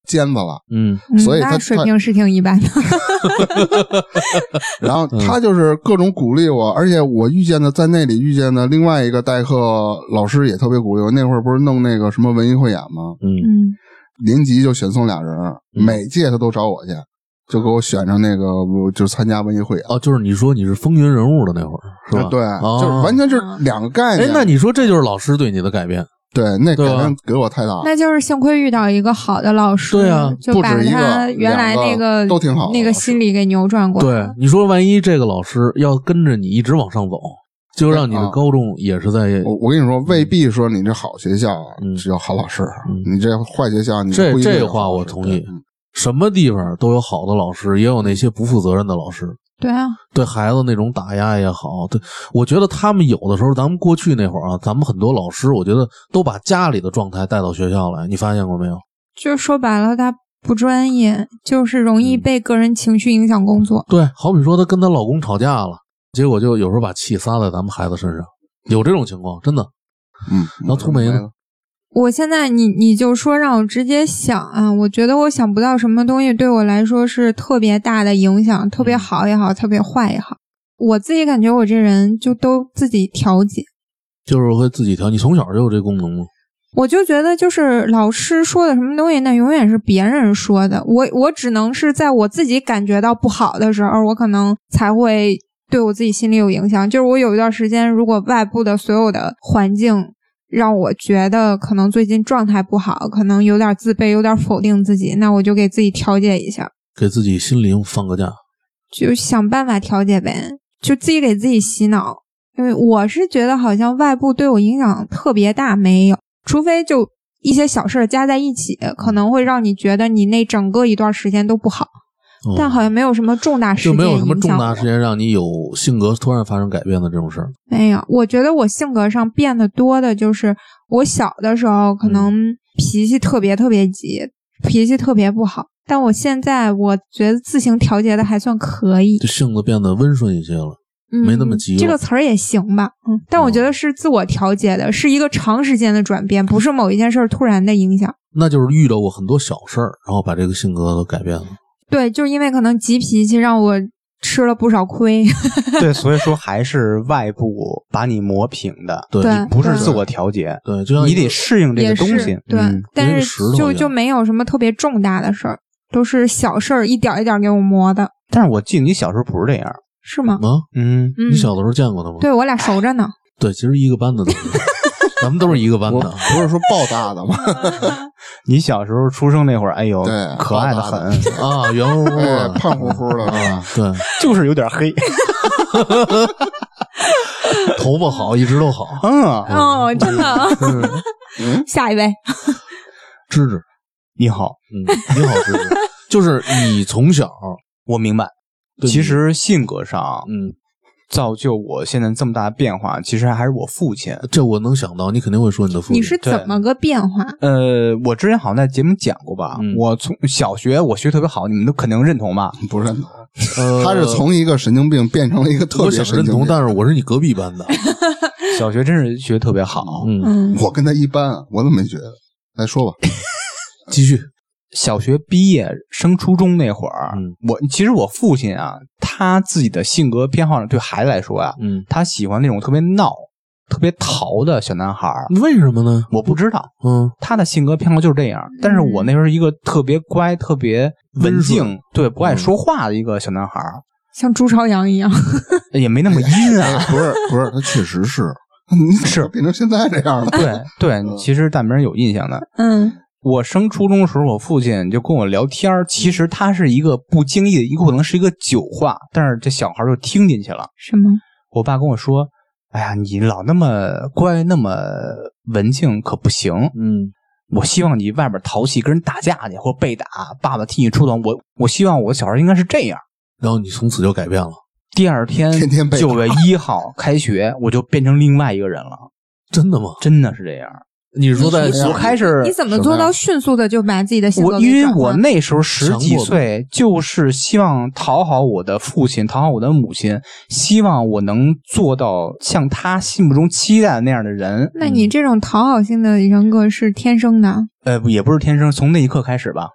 [SPEAKER 2] 尖子了，
[SPEAKER 3] 嗯，
[SPEAKER 2] 所以他
[SPEAKER 4] 那水平是挺一般的。
[SPEAKER 2] 然后他就是各种鼓励我，而且我遇见的在那里遇见的另外一个代课老师也特别鼓励我。那会儿不是弄那个什么文艺汇演吗？
[SPEAKER 3] 嗯
[SPEAKER 4] 嗯，
[SPEAKER 2] 临级就选送俩人，
[SPEAKER 3] 嗯
[SPEAKER 2] 每届他都找我去，就给我选上那个，我就参加文艺汇演。
[SPEAKER 3] 哦，就是你说你是风云人物的那会儿是吧？
[SPEAKER 2] 对，
[SPEAKER 3] 哦、
[SPEAKER 2] 就是完全就是两个概念。
[SPEAKER 3] 哎，那你说这就是老师对你的改变？
[SPEAKER 2] 对，那改
[SPEAKER 3] 对吧
[SPEAKER 2] 变给我太大了。
[SPEAKER 4] 那就是幸亏遇到一个好的老师，
[SPEAKER 3] 对啊
[SPEAKER 4] 就把
[SPEAKER 2] 不止一个
[SPEAKER 4] 他原来那个
[SPEAKER 2] 两个都挺好的
[SPEAKER 4] 那个
[SPEAKER 2] 老师
[SPEAKER 4] 心理给扭转过来。
[SPEAKER 3] 对，你说万一这个老师要跟着你一直往上走，就让你的高中也是在
[SPEAKER 2] 我我跟你说，未必说你这好学校
[SPEAKER 3] 嗯
[SPEAKER 2] 只有好老师，
[SPEAKER 3] 嗯
[SPEAKER 2] 你这坏学校你
[SPEAKER 3] 这
[SPEAKER 2] 不一定有
[SPEAKER 3] 这话
[SPEAKER 2] 好老师
[SPEAKER 3] 我同意
[SPEAKER 2] 对嗯
[SPEAKER 3] 什么地方都有好的老师，也有那些不负责任的老师。
[SPEAKER 4] 对啊，
[SPEAKER 3] 对孩子那种打压也好，对，我觉得他们有的时候，咱们过去那会儿啊，咱们很多老师，我觉得都把家里的状态带到学校来，你发现过没有？
[SPEAKER 4] 就说白了，他不专业，就是容易
[SPEAKER 3] 嗯
[SPEAKER 4] 被个人情绪影响工作。
[SPEAKER 3] 对，好比说她跟她老公吵架了，结果就有时候把气撒在咱们孩子身上，有这种情况，真的。
[SPEAKER 2] 嗯，
[SPEAKER 3] 然后粗梅呢？
[SPEAKER 4] 我现在你你就说让我直接想啊，我觉得我想不到什么东西对我来说是特别大的影响，特别好也好，特别坏也好，我自己感觉我这人就都自己调节，
[SPEAKER 3] 就是会自己调。你从小就有这功能吗？
[SPEAKER 4] 我就觉得就是老师说的什么东西，那永远是别人说的，我我只能是在我自己感觉到不好的时候，我可能才会对我自己心里有影响。就是我有一段时间，如果外部的所有的环境让我觉得可能最近状态不好，可能有点自卑，有点否定自己，那我就给自己调节一下，
[SPEAKER 3] 给自己心灵放个假，
[SPEAKER 4] 就想办法调节呗，就自己给自己洗脑。因为我是觉得好像外部对我影响特别大，没有，除非就一些小事加在一起，可能会让你觉得你那整个一段时间都不好，
[SPEAKER 3] 哦、
[SPEAKER 4] 但好像没有什么重大事件
[SPEAKER 3] 就没有什么
[SPEAKER 4] 影响
[SPEAKER 3] 重大事件让你有性格突然发生改变的这种事儿。
[SPEAKER 4] 没有，我觉得我性格上变得多的就是我小的时候可能脾气特别特别急，脾气特别不好，但我现在我觉得自行调节的还算可以，
[SPEAKER 3] 就性子变得温顺一些了。
[SPEAKER 4] 嗯、
[SPEAKER 3] 没那么急了
[SPEAKER 4] 这个词儿也行吧，嗯，但我觉得是自我调节的，是一个长时间的转变，不是某一件事突然的影响。
[SPEAKER 3] 那就是遇到过很多小事儿，然后把这个性格都改变了。
[SPEAKER 4] 对，就是因为可能急脾气让我吃了不少亏。
[SPEAKER 1] 对，所以说还是外部把你磨平的，
[SPEAKER 3] 对，
[SPEAKER 4] 对
[SPEAKER 1] 不是自我调节。
[SPEAKER 3] 对，就像
[SPEAKER 1] 你得适应这个东西。
[SPEAKER 4] 对，
[SPEAKER 1] 嗯、
[SPEAKER 4] 但是就就没有什么特别重大的事儿，都是小事儿一点一点给我磨的。
[SPEAKER 1] 但是我记得你小时候不是这样，
[SPEAKER 4] 是吗？
[SPEAKER 3] 啊，
[SPEAKER 1] 嗯，
[SPEAKER 4] 嗯
[SPEAKER 3] 你小的时候见过他吗？
[SPEAKER 4] 对，我俩熟着呢。
[SPEAKER 3] 对，其实一个班的都是，咱们都是一个班的，
[SPEAKER 2] 不是说抱大的吗？
[SPEAKER 1] 你小时候出生那会儿，哎呦，
[SPEAKER 2] 对，
[SPEAKER 1] 可爱的很
[SPEAKER 3] 啊，圆乎乎的，
[SPEAKER 2] 哎、胖乎乎的
[SPEAKER 3] 啊，对，
[SPEAKER 1] 就是有点黑，
[SPEAKER 3] 头发好，一直都好。
[SPEAKER 1] 嗯，
[SPEAKER 4] 哦，真的。
[SPEAKER 2] 嗯，
[SPEAKER 4] 下一位，
[SPEAKER 3] 芝芝，
[SPEAKER 1] 你好，
[SPEAKER 3] 嗯，你好，芝芝，就是你从小，
[SPEAKER 1] 我明白，其实性格上，
[SPEAKER 3] 嗯。
[SPEAKER 1] 造就我现在这么大的变化，其实还是我父亲。
[SPEAKER 3] 这我能想到，你肯定会说你的父亲。
[SPEAKER 4] 你是怎么个变化？
[SPEAKER 1] 呃，我之前好像在节目讲过吧。
[SPEAKER 3] 嗯、
[SPEAKER 1] 我从小学我学特别好，你们都肯定认同吧？
[SPEAKER 2] 不认同。
[SPEAKER 3] 呃，
[SPEAKER 2] 他是从一个神经病变成了一个特别神经病。
[SPEAKER 3] 我想认同，但是我是你隔壁班的。
[SPEAKER 1] 小学真是学特别好。
[SPEAKER 3] 嗯，
[SPEAKER 2] 我跟他一般，我怎么没觉得？来说吧，
[SPEAKER 3] 继续。
[SPEAKER 1] 小学毕业升初中那会儿，
[SPEAKER 3] 嗯，
[SPEAKER 1] 我其实我父亲啊，他自己的性格偏好对孩子来说啊，
[SPEAKER 3] 嗯，
[SPEAKER 1] 他喜欢那种特别闹、特别淘的小男孩。
[SPEAKER 3] 为什么呢？
[SPEAKER 1] 我不知道，
[SPEAKER 3] 嗯，
[SPEAKER 1] 他的性格偏好就是这样。但是我那时候一个特别乖、特别文静，对，不爱说话的一个小男孩，
[SPEAKER 4] 像朱朝阳一样，
[SPEAKER 1] 也没那么阴啊。
[SPEAKER 2] 不是不是，他确实是，你
[SPEAKER 1] 是
[SPEAKER 2] 变成现在这样了。
[SPEAKER 1] 对对，其实大明有印象的，
[SPEAKER 4] 嗯。
[SPEAKER 1] 我升初中的时候，我父亲就跟我聊天，其实他是一个不经意的，一个可能是一个酒话，但是这小孩就听进去了。
[SPEAKER 4] 什么？
[SPEAKER 1] 我爸跟我说：“哎呀，你老那么乖，那么文静，可不行。
[SPEAKER 3] 嗯，
[SPEAKER 1] 我希望你外边淘气，跟人打架去，或被打，爸爸替你出头。我我希望我小孩应该是这样。”
[SPEAKER 3] 然后你从此就改变了。
[SPEAKER 1] 第二天，
[SPEAKER 2] 天天被打
[SPEAKER 1] 九月一号开学，我就变成另外一个人了。
[SPEAKER 3] 真的吗？
[SPEAKER 1] 真的是这样。
[SPEAKER 3] 你是说在
[SPEAKER 1] 我开始
[SPEAKER 4] 你怎么做到迅速的就把自己的性格
[SPEAKER 1] 我因为我那时候十几岁，就是希望讨好我的父亲，讨好我的母亲，希望我能做到像他心目中期待的那样的人。
[SPEAKER 4] 那你这种讨好性的人格是天生的？
[SPEAKER 1] 呃，也不是天生，从那一刻开始吧。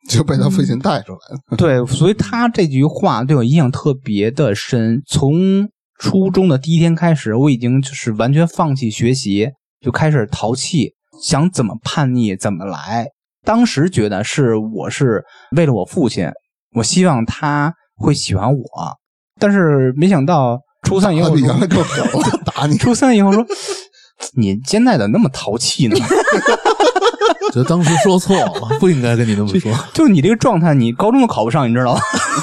[SPEAKER 2] 就被他父亲带出来了。
[SPEAKER 1] 对，所以他这句话对我影响特别的深。从初中的第一天开始，我已经就是完全放弃学习，就开始淘气，想怎么叛逆怎么来。当时觉得是我是为了我父亲，我希望他会喜欢我，但是没想到初三以后说，
[SPEAKER 2] 原来更狠了，打你。
[SPEAKER 1] 初三以后说，你现在怎么那么淘气呢？
[SPEAKER 3] 就当时说错了，不应该跟你那么说。
[SPEAKER 1] 就你这个状态，你高中都考不上，你知道吗？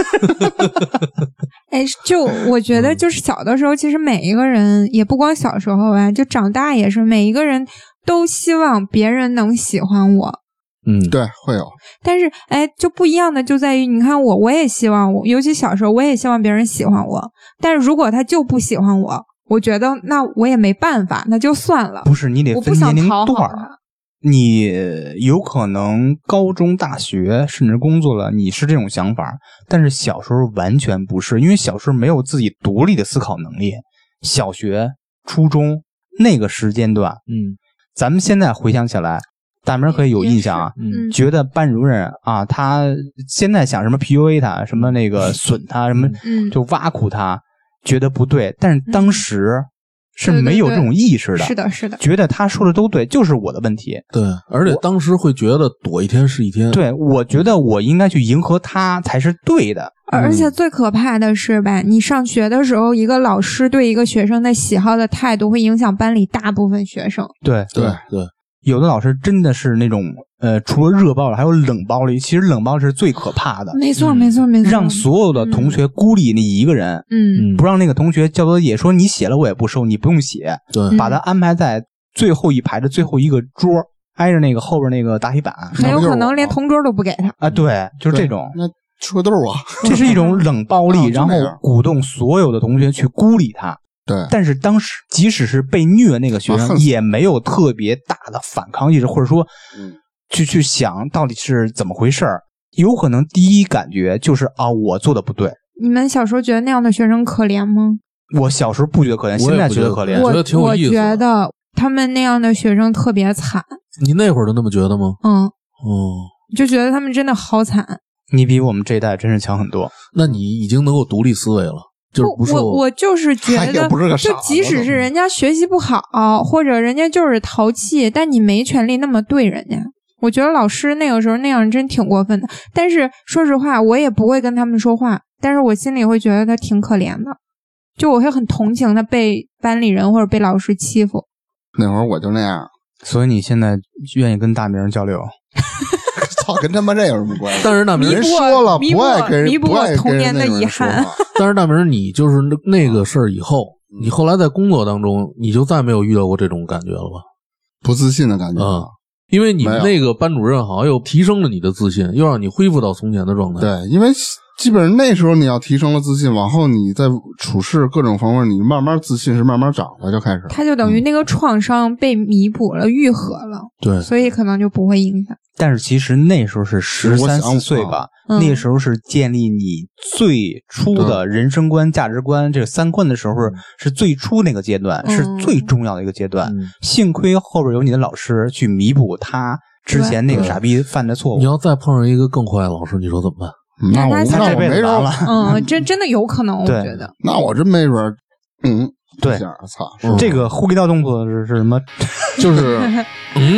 [SPEAKER 4] 哎，就我觉得，就是小的时候，其实每一个人，也不光小时候吧，就长大也是，每一个人都希望别人能喜欢我。
[SPEAKER 3] 嗯，
[SPEAKER 2] 对，会有。
[SPEAKER 4] 但是，哎，就不一样的就在于，你看我，我也希望我，尤其小时候，我也希望别人喜欢我。但是如果他就不喜欢我，我觉得那我也没办法，那就算了。
[SPEAKER 1] 不是，你得分年龄段儿。你有可能高中、大学甚至工作了，你是这种想法，但是小时候完全不是，因为小时候没有自己独立的思考能力。小学、初中那个时间段，
[SPEAKER 3] 嗯，
[SPEAKER 1] 咱们现在回想起来，大明可以有印象啊，
[SPEAKER 4] 嗯，
[SPEAKER 1] 觉得班主任啊，他现在想什么 P U A 他，什么那个损他，什么就挖苦他，觉得不对，但是当时。是没有这种意识的，
[SPEAKER 4] 是的，是的，
[SPEAKER 1] 觉得他说的都对，就是我的问题。
[SPEAKER 3] 对，而且当时会觉得躲一天是一天。
[SPEAKER 1] 对，我觉得我应该去迎合他才是对的。
[SPEAKER 4] 而且最可怕的是吧，你上学的时候，一个老师对一个学生的喜好的态度，会影响班里大部分学生。
[SPEAKER 1] 对
[SPEAKER 3] 对对，
[SPEAKER 1] 有的老师真的是那种。呃，除了热暴力，还有冷暴力。其实冷暴力是最可怕的。
[SPEAKER 4] 没错，没错，没错。
[SPEAKER 1] 让所有的同学孤立你一个人，
[SPEAKER 4] 嗯，
[SPEAKER 1] 不让那个同学交作业，说你写了我也不收，你不用写。
[SPEAKER 3] 对，
[SPEAKER 1] 把他安排在最后一排的最后一个桌，挨着那个后边那个答题板，
[SPEAKER 4] 很有可能连同桌都不给他
[SPEAKER 1] 啊。对，就是这种。
[SPEAKER 2] 那车豆啊，
[SPEAKER 1] 这是一种冷暴力，然后鼓动所有的同学去孤立他。
[SPEAKER 2] 对，
[SPEAKER 1] 但是当时即使是被虐那个学生，也没有特别大的反抗意识，或者说，嗯。去去想到底是怎么回事儿，有可能第一感觉就是啊，我做的不对。
[SPEAKER 4] 你们小时候觉得那样的学生可怜吗？
[SPEAKER 1] 我小时候不觉得可怜，现在觉得可怜。
[SPEAKER 3] 我觉得挺有意思的。
[SPEAKER 4] 我觉得他们那样的学生特别惨。
[SPEAKER 3] 你那会儿都那么觉得吗？
[SPEAKER 4] 嗯，
[SPEAKER 3] 哦，
[SPEAKER 4] 就觉得他们真的好惨。
[SPEAKER 1] 你比我们这一代真是强很多。
[SPEAKER 3] 那你已经能够独立思维了。就是不受
[SPEAKER 4] 我我就是觉得，就即使是人家学习不好，或者人家就是淘气，但你没权利那么对人家。我觉得老师那个时候那样真挺过分的，但是说实话，我也不会跟他们说话，但是我心里会觉得他挺可怜的，就我会很同情他被班里人或者被老师欺负。
[SPEAKER 2] 那会儿我就那样，
[SPEAKER 1] 所以你现在愿意跟大明交流？
[SPEAKER 2] 操，跟他妈这有什么关系？
[SPEAKER 3] 但是大明
[SPEAKER 2] 人说了不爱跟人
[SPEAKER 4] 弥补我童年的遗憾。
[SPEAKER 3] 但是大明，你就是那个事儿以后，你后来在工作当中，你就再没有遇到过这种感觉了吧？
[SPEAKER 2] 不自信的感觉
[SPEAKER 3] 啊。嗯，因为你们那个班主任好像又提升了你的自信，又让你恢复到从前的状态。
[SPEAKER 2] 对，因为基本上那时候你要提升了自信，往后你在处事各种方面，你慢慢自信是慢慢长的，就开始。
[SPEAKER 4] 他就等于那个创伤被弥补了、愈合了，
[SPEAKER 3] 对，
[SPEAKER 4] 所以可能就不会影响。
[SPEAKER 1] 但是其实那时候是十三四岁吧，
[SPEAKER 4] 嗯、
[SPEAKER 1] 那时候是建立你最初的人生观、价值观、这个三观的时候，是最初那个阶段，
[SPEAKER 4] 嗯、
[SPEAKER 1] 是最重要的一个阶段。
[SPEAKER 3] 嗯、
[SPEAKER 1] 幸亏后边有你的老师去弥补他之前那个傻逼犯的错误。
[SPEAKER 3] 你要再碰上一个更坏的老师，你说怎么办？
[SPEAKER 2] 那我
[SPEAKER 1] 那我没
[SPEAKER 2] 准
[SPEAKER 1] 了。
[SPEAKER 4] 嗯，真真的有可能，我觉得。
[SPEAKER 2] 那我真没准，嗯，
[SPEAKER 1] 对，
[SPEAKER 2] 操，
[SPEAKER 3] 嗯、
[SPEAKER 1] 这个呼吸道动作是是什么？
[SPEAKER 3] 就是嗯。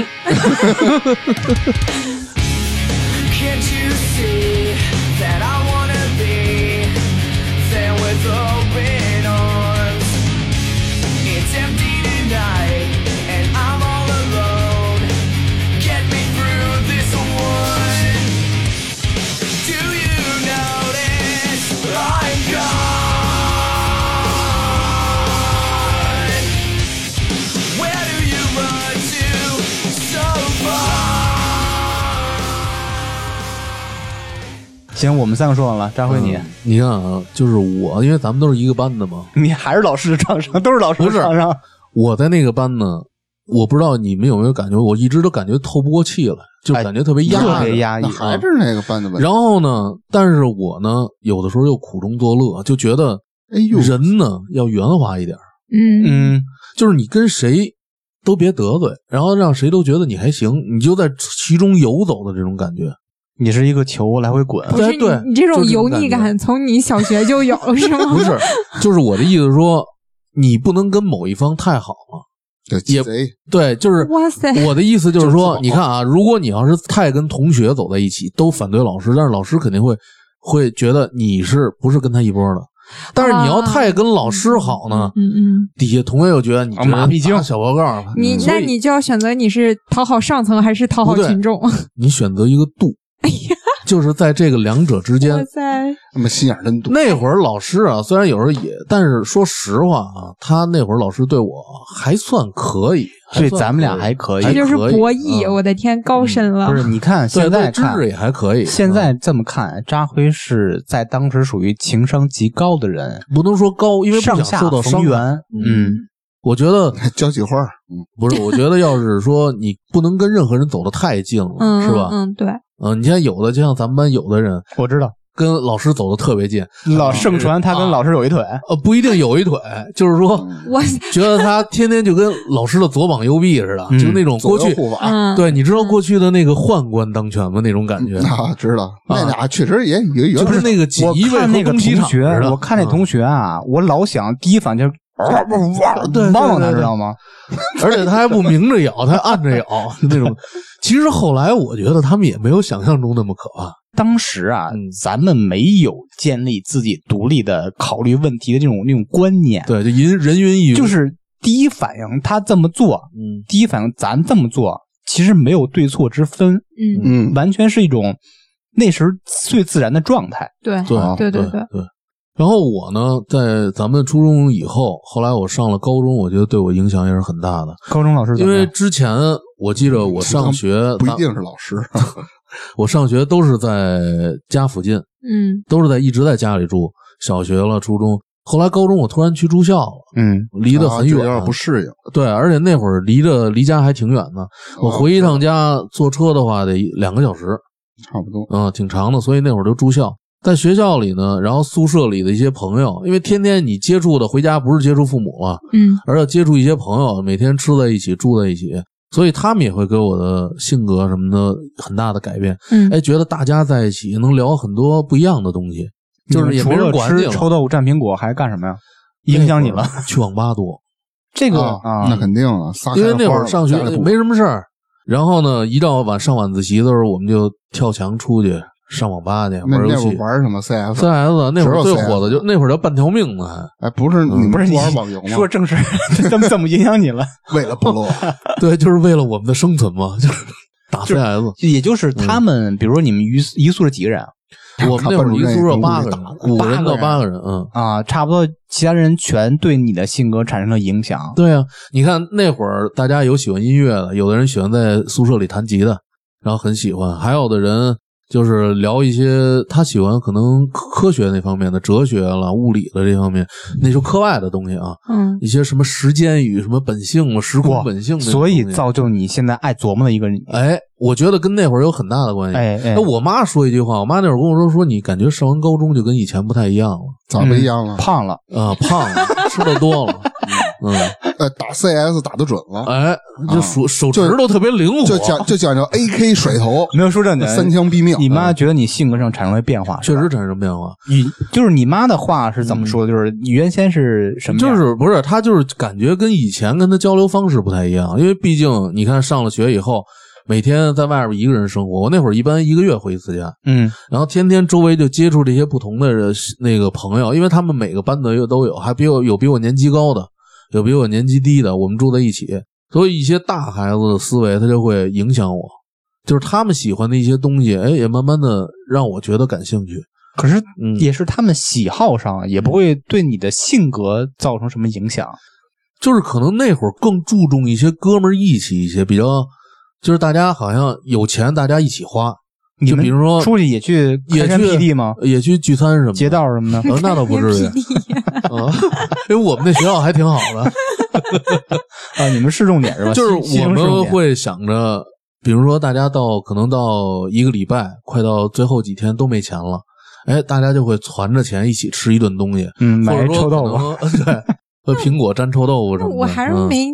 [SPEAKER 5] Can't you see that I wanna be there with open arms? It's empty tonight and I'm all alone. Get me through this one. Do you notice I'm gone? Where do you run to so far?
[SPEAKER 1] 行，我们三个说完了，扎辉你、
[SPEAKER 3] 嗯，你看啊，就是我，因为咱们都是一个班的嘛，
[SPEAKER 1] 你还是老师的创伤，都是老师的创伤。
[SPEAKER 3] 我在那个班呢，我不知道你们有没有感觉，我一直都感觉透不过气来，就感觉特别压抑，
[SPEAKER 1] 特别压抑，
[SPEAKER 2] 还是那个班的问题。
[SPEAKER 3] 然后呢，但是我呢，有的时候又苦中作乐，就觉得，
[SPEAKER 2] 哎呦，
[SPEAKER 3] 人呢要圆滑一点，
[SPEAKER 4] 嗯
[SPEAKER 1] 嗯，
[SPEAKER 3] 就是你跟谁都别得罪，然后让谁都觉得你还行，你就在其中游走的这种感觉。
[SPEAKER 1] 你是一个球来回滚。
[SPEAKER 4] 不是你
[SPEAKER 3] 对
[SPEAKER 4] 你这种
[SPEAKER 3] 就这种
[SPEAKER 4] 油腻
[SPEAKER 3] 感觉
[SPEAKER 4] 感从你小学就有了是吗？
[SPEAKER 3] 不是，就是我的意思是说，你不能跟某一方太好嘛。
[SPEAKER 2] 这鸡贼，
[SPEAKER 3] 对，就是
[SPEAKER 4] 哇塞
[SPEAKER 3] 我的意思就是说，
[SPEAKER 2] 就是自保
[SPEAKER 3] 你看啊，如果你要是太跟同学走在一起，都反对老师，但是老师肯定会会觉得你是不是跟他一波的。但是你要太跟老师好呢，
[SPEAKER 4] 嗯嗯，
[SPEAKER 3] 底下同学又觉得你
[SPEAKER 1] 啊马屁精
[SPEAKER 3] 大小报告，
[SPEAKER 4] 你
[SPEAKER 3] 所以
[SPEAKER 4] 那你就要选择你是讨好上层还是讨好
[SPEAKER 3] 不对
[SPEAKER 4] 群众？
[SPEAKER 3] 你选择一个度，就是在这个两者之
[SPEAKER 4] 哇
[SPEAKER 3] 间。
[SPEAKER 4] 塞，
[SPEAKER 2] 他妈心眼真多。
[SPEAKER 3] 那会儿老师啊，虽然有时候也，但是说实话啊，他那会儿老师对我还算可以，
[SPEAKER 1] 对
[SPEAKER 3] 还算
[SPEAKER 1] 咱们俩
[SPEAKER 3] 可以
[SPEAKER 1] 还可以
[SPEAKER 3] 还
[SPEAKER 4] 这就是
[SPEAKER 3] 可以
[SPEAKER 4] 博弈，
[SPEAKER 3] 嗯
[SPEAKER 4] 我的天，高深了。
[SPEAKER 1] 不是，你看
[SPEAKER 3] 对
[SPEAKER 1] 现在看
[SPEAKER 3] 对知识也还可以。
[SPEAKER 1] 现在
[SPEAKER 3] 嗯
[SPEAKER 1] 这么看，扎辉是在当时属于情商极高的人，
[SPEAKER 3] 不能说高，因为不想
[SPEAKER 1] 上下
[SPEAKER 3] 受到伤害。
[SPEAKER 1] 逢源。嗯，
[SPEAKER 3] 我觉得
[SPEAKER 2] 交际花，嗯，
[SPEAKER 3] 不是，我觉得要是说你不能跟任何人走得太近了，
[SPEAKER 4] 嗯，
[SPEAKER 3] 是吧？
[SPEAKER 4] 嗯，对，
[SPEAKER 3] 嗯，你看有的就像咱们班有的人
[SPEAKER 1] 我知道，
[SPEAKER 3] 跟老师走得特别近，
[SPEAKER 1] 老盛传他跟老师有一腿，
[SPEAKER 3] 呃，不一定有一腿，就是说
[SPEAKER 4] 我
[SPEAKER 3] 觉得他天天就跟老师的左膀右臂似的，
[SPEAKER 1] 嗯
[SPEAKER 3] 就那种过去。
[SPEAKER 2] 左右护法。
[SPEAKER 4] 嗯，
[SPEAKER 3] 对，你知道过去的那个宦官当权吗？那种感觉，
[SPEAKER 2] 啊，知道，那俩确实也有有点
[SPEAKER 3] 就是那个锦
[SPEAKER 1] 我
[SPEAKER 3] 衣卫
[SPEAKER 1] 看那个同
[SPEAKER 3] 和东西厂
[SPEAKER 1] 学
[SPEAKER 3] 似的，
[SPEAKER 1] 我看那同学啊，我老想第一反应就是
[SPEAKER 3] 对对
[SPEAKER 1] 汪汪他，
[SPEAKER 3] 对对
[SPEAKER 1] 知道吗？
[SPEAKER 3] 而且他还不明着咬，他还暗着咬，就那种。其实后来我觉得他们也没有想象中那么可怕。
[SPEAKER 1] 当时啊
[SPEAKER 3] 嗯，
[SPEAKER 1] 咱们没有建立自己独立的考虑问题的这种那种观念，
[SPEAKER 3] 对，就人人云亦云，
[SPEAKER 1] 就是第一反应他这么做，
[SPEAKER 3] 嗯，
[SPEAKER 1] 第一反应咱这么做，其实没有对错之分，
[SPEAKER 4] 嗯，
[SPEAKER 2] 嗯，
[SPEAKER 1] 完全是一种那时最自然的状态。
[SPEAKER 4] 对，
[SPEAKER 3] 对
[SPEAKER 4] 对对
[SPEAKER 3] 对对。然后我呢，在咱们初中以后，后来我上了高中，我觉得对我影响也是很大的。
[SPEAKER 1] 高中老师怎
[SPEAKER 3] 因为
[SPEAKER 1] 么样
[SPEAKER 3] 之前我记着我上学，
[SPEAKER 2] 不一定是老师，
[SPEAKER 3] 我上学都是在家附近，
[SPEAKER 4] 嗯
[SPEAKER 3] 都是在一直在家里住，小学了、初中。后来高中我突然去住校了，
[SPEAKER 1] 嗯，
[SPEAKER 3] 离得很远，
[SPEAKER 2] 啊这有点不适应。
[SPEAKER 3] 对，而且那会儿离着离家还挺远呢。我回一趟家坐车的话得两个小时，
[SPEAKER 2] 差不多。
[SPEAKER 3] 嗯，挺长的。所以那会儿就住校，在学校里呢，然后宿舍里的一些朋友，因为天天你接触的回家不是接触父母了，
[SPEAKER 4] 嗯
[SPEAKER 3] 而要接触一些朋友，每天吃在一起，住在一起，所以他们也会给我的性格什么的很大的改变。
[SPEAKER 4] 嗯，
[SPEAKER 3] 哎，觉得大家在一起能聊很多不一样的东西，就是也没人管你了。
[SPEAKER 1] 除了吃臭豆腐蘸苹果还干什么呀？影响你了？
[SPEAKER 3] 去网吧多，
[SPEAKER 1] 这个
[SPEAKER 2] 啊，那肯定了，撒
[SPEAKER 3] 因为那会儿
[SPEAKER 2] 开了花
[SPEAKER 3] 上学
[SPEAKER 2] 家里不
[SPEAKER 3] 没什么事儿，然后呢，一到晚上晚自习的时候，我们就跳墙出去上网吧去
[SPEAKER 2] 那那会儿
[SPEAKER 3] 玩游戏。
[SPEAKER 2] 玩什么 C S？
[SPEAKER 3] C S 那会儿
[SPEAKER 2] 只有
[SPEAKER 3] 最火的
[SPEAKER 2] C S
[SPEAKER 3] 就那会儿叫半条命呢，还
[SPEAKER 2] 哎，不是你们
[SPEAKER 1] 不是你
[SPEAKER 2] 玩网游吗？
[SPEAKER 1] 说正事，怎么怎么影响你了？
[SPEAKER 2] 为了部落，
[SPEAKER 3] 对，就是为了我们的生存嘛，就是打 C S。
[SPEAKER 1] 也就是他们，比如说你们一一宿舍几个人啊？
[SPEAKER 3] 我们那会儿一个宿舍八个人，五个人到
[SPEAKER 1] 八
[SPEAKER 3] 八个人，嗯。
[SPEAKER 1] 啊，差不多，其他人全对你的性格产生了影响。
[SPEAKER 3] 对啊，你看那会儿大家有喜欢音乐的，有的人喜欢在宿舍里弹吉他，然后很喜欢，还有的人就是聊一些他喜欢可能科学那方面的，哲学了、物理的这方面，那就课外的东西啊，
[SPEAKER 4] 嗯
[SPEAKER 3] 一些什么时间与什么本性嘛，时空
[SPEAKER 1] 哇
[SPEAKER 3] 本性那种
[SPEAKER 1] 所以
[SPEAKER 3] 东西
[SPEAKER 1] 造就你现在爱琢磨的一个人。
[SPEAKER 3] 哎，我觉得跟那会儿有很大的关系。
[SPEAKER 1] 哎哎
[SPEAKER 3] 那我妈说一句话，我妈那会儿跟我说说，你感觉上完高中就跟以前不太一样了
[SPEAKER 2] 咋不一样了？
[SPEAKER 1] 胖了，
[SPEAKER 3] 啊，胖了，吃的多了，嗯，
[SPEAKER 2] 呃，打 C S 打得准了，
[SPEAKER 3] 哎，就手手指
[SPEAKER 2] 就
[SPEAKER 3] 头特别灵活，
[SPEAKER 2] 就讲就讲究 A K 甩头，
[SPEAKER 1] 没有说正经，
[SPEAKER 2] 三枪毙命。
[SPEAKER 1] 你妈觉得你性格上产生了变化，是吧
[SPEAKER 3] 确实产生变化。
[SPEAKER 1] 你就是你妈的话是怎么说的？就是你原先是什么样？
[SPEAKER 3] 就是不是他就是感觉跟以前跟他交流方式不太一样，因为毕竟你看上了学以后，每天在外边一个人生活，我那会儿一般一个月回一次家，
[SPEAKER 1] 嗯
[SPEAKER 3] 然后天天周围就接触这些不同的人那个朋友，因为他们每个班的都有，还比我有比我年级高的，有比我年级低的，我们住在一起，所以一些大孩子的思维他就会影响我，就是他们喜欢的一些东西，哎，也慢慢的让我觉得感兴趣。
[SPEAKER 1] 可是
[SPEAKER 3] 嗯
[SPEAKER 1] 也是他们喜好上，也不会对你的性格造成什么影响。
[SPEAKER 3] 就是可能那会儿更注重一些哥们儿义气一些，比较就是大家好像有钱大家一起花，
[SPEAKER 1] 你们
[SPEAKER 3] 就比如说
[SPEAKER 1] 出去也去开山
[SPEAKER 3] 也去
[SPEAKER 1] 辟地吗？
[SPEAKER 3] 也去聚餐什么的
[SPEAKER 1] 劫道什么的？
[SPEAKER 3] 呃那倒不至于
[SPEAKER 4] 开山辟地
[SPEAKER 3] 啊，因为我们那学校还挺好的，
[SPEAKER 1] 啊，你们市重点是吧？
[SPEAKER 3] 就是
[SPEAKER 1] 西西
[SPEAKER 3] 我
[SPEAKER 1] 城市重点
[SPEAKER 3] 们会想着，比如说大家到可能到一个礼拜，快到最后几天都没钱了，哎，大家就会攒着钱一起吃一顿东西，
[SPEAKER 1] 嗯买
[SPEAKER 3] 或者说
[SPEAKER 1] 臭豆腐。
[SPEAKER 3] 可能对，和苹果沾臭豆腐什么的。
[SPEAKER 4] 我还是
[SPEAKER 3] 嗯
[SPEAKER 4] 没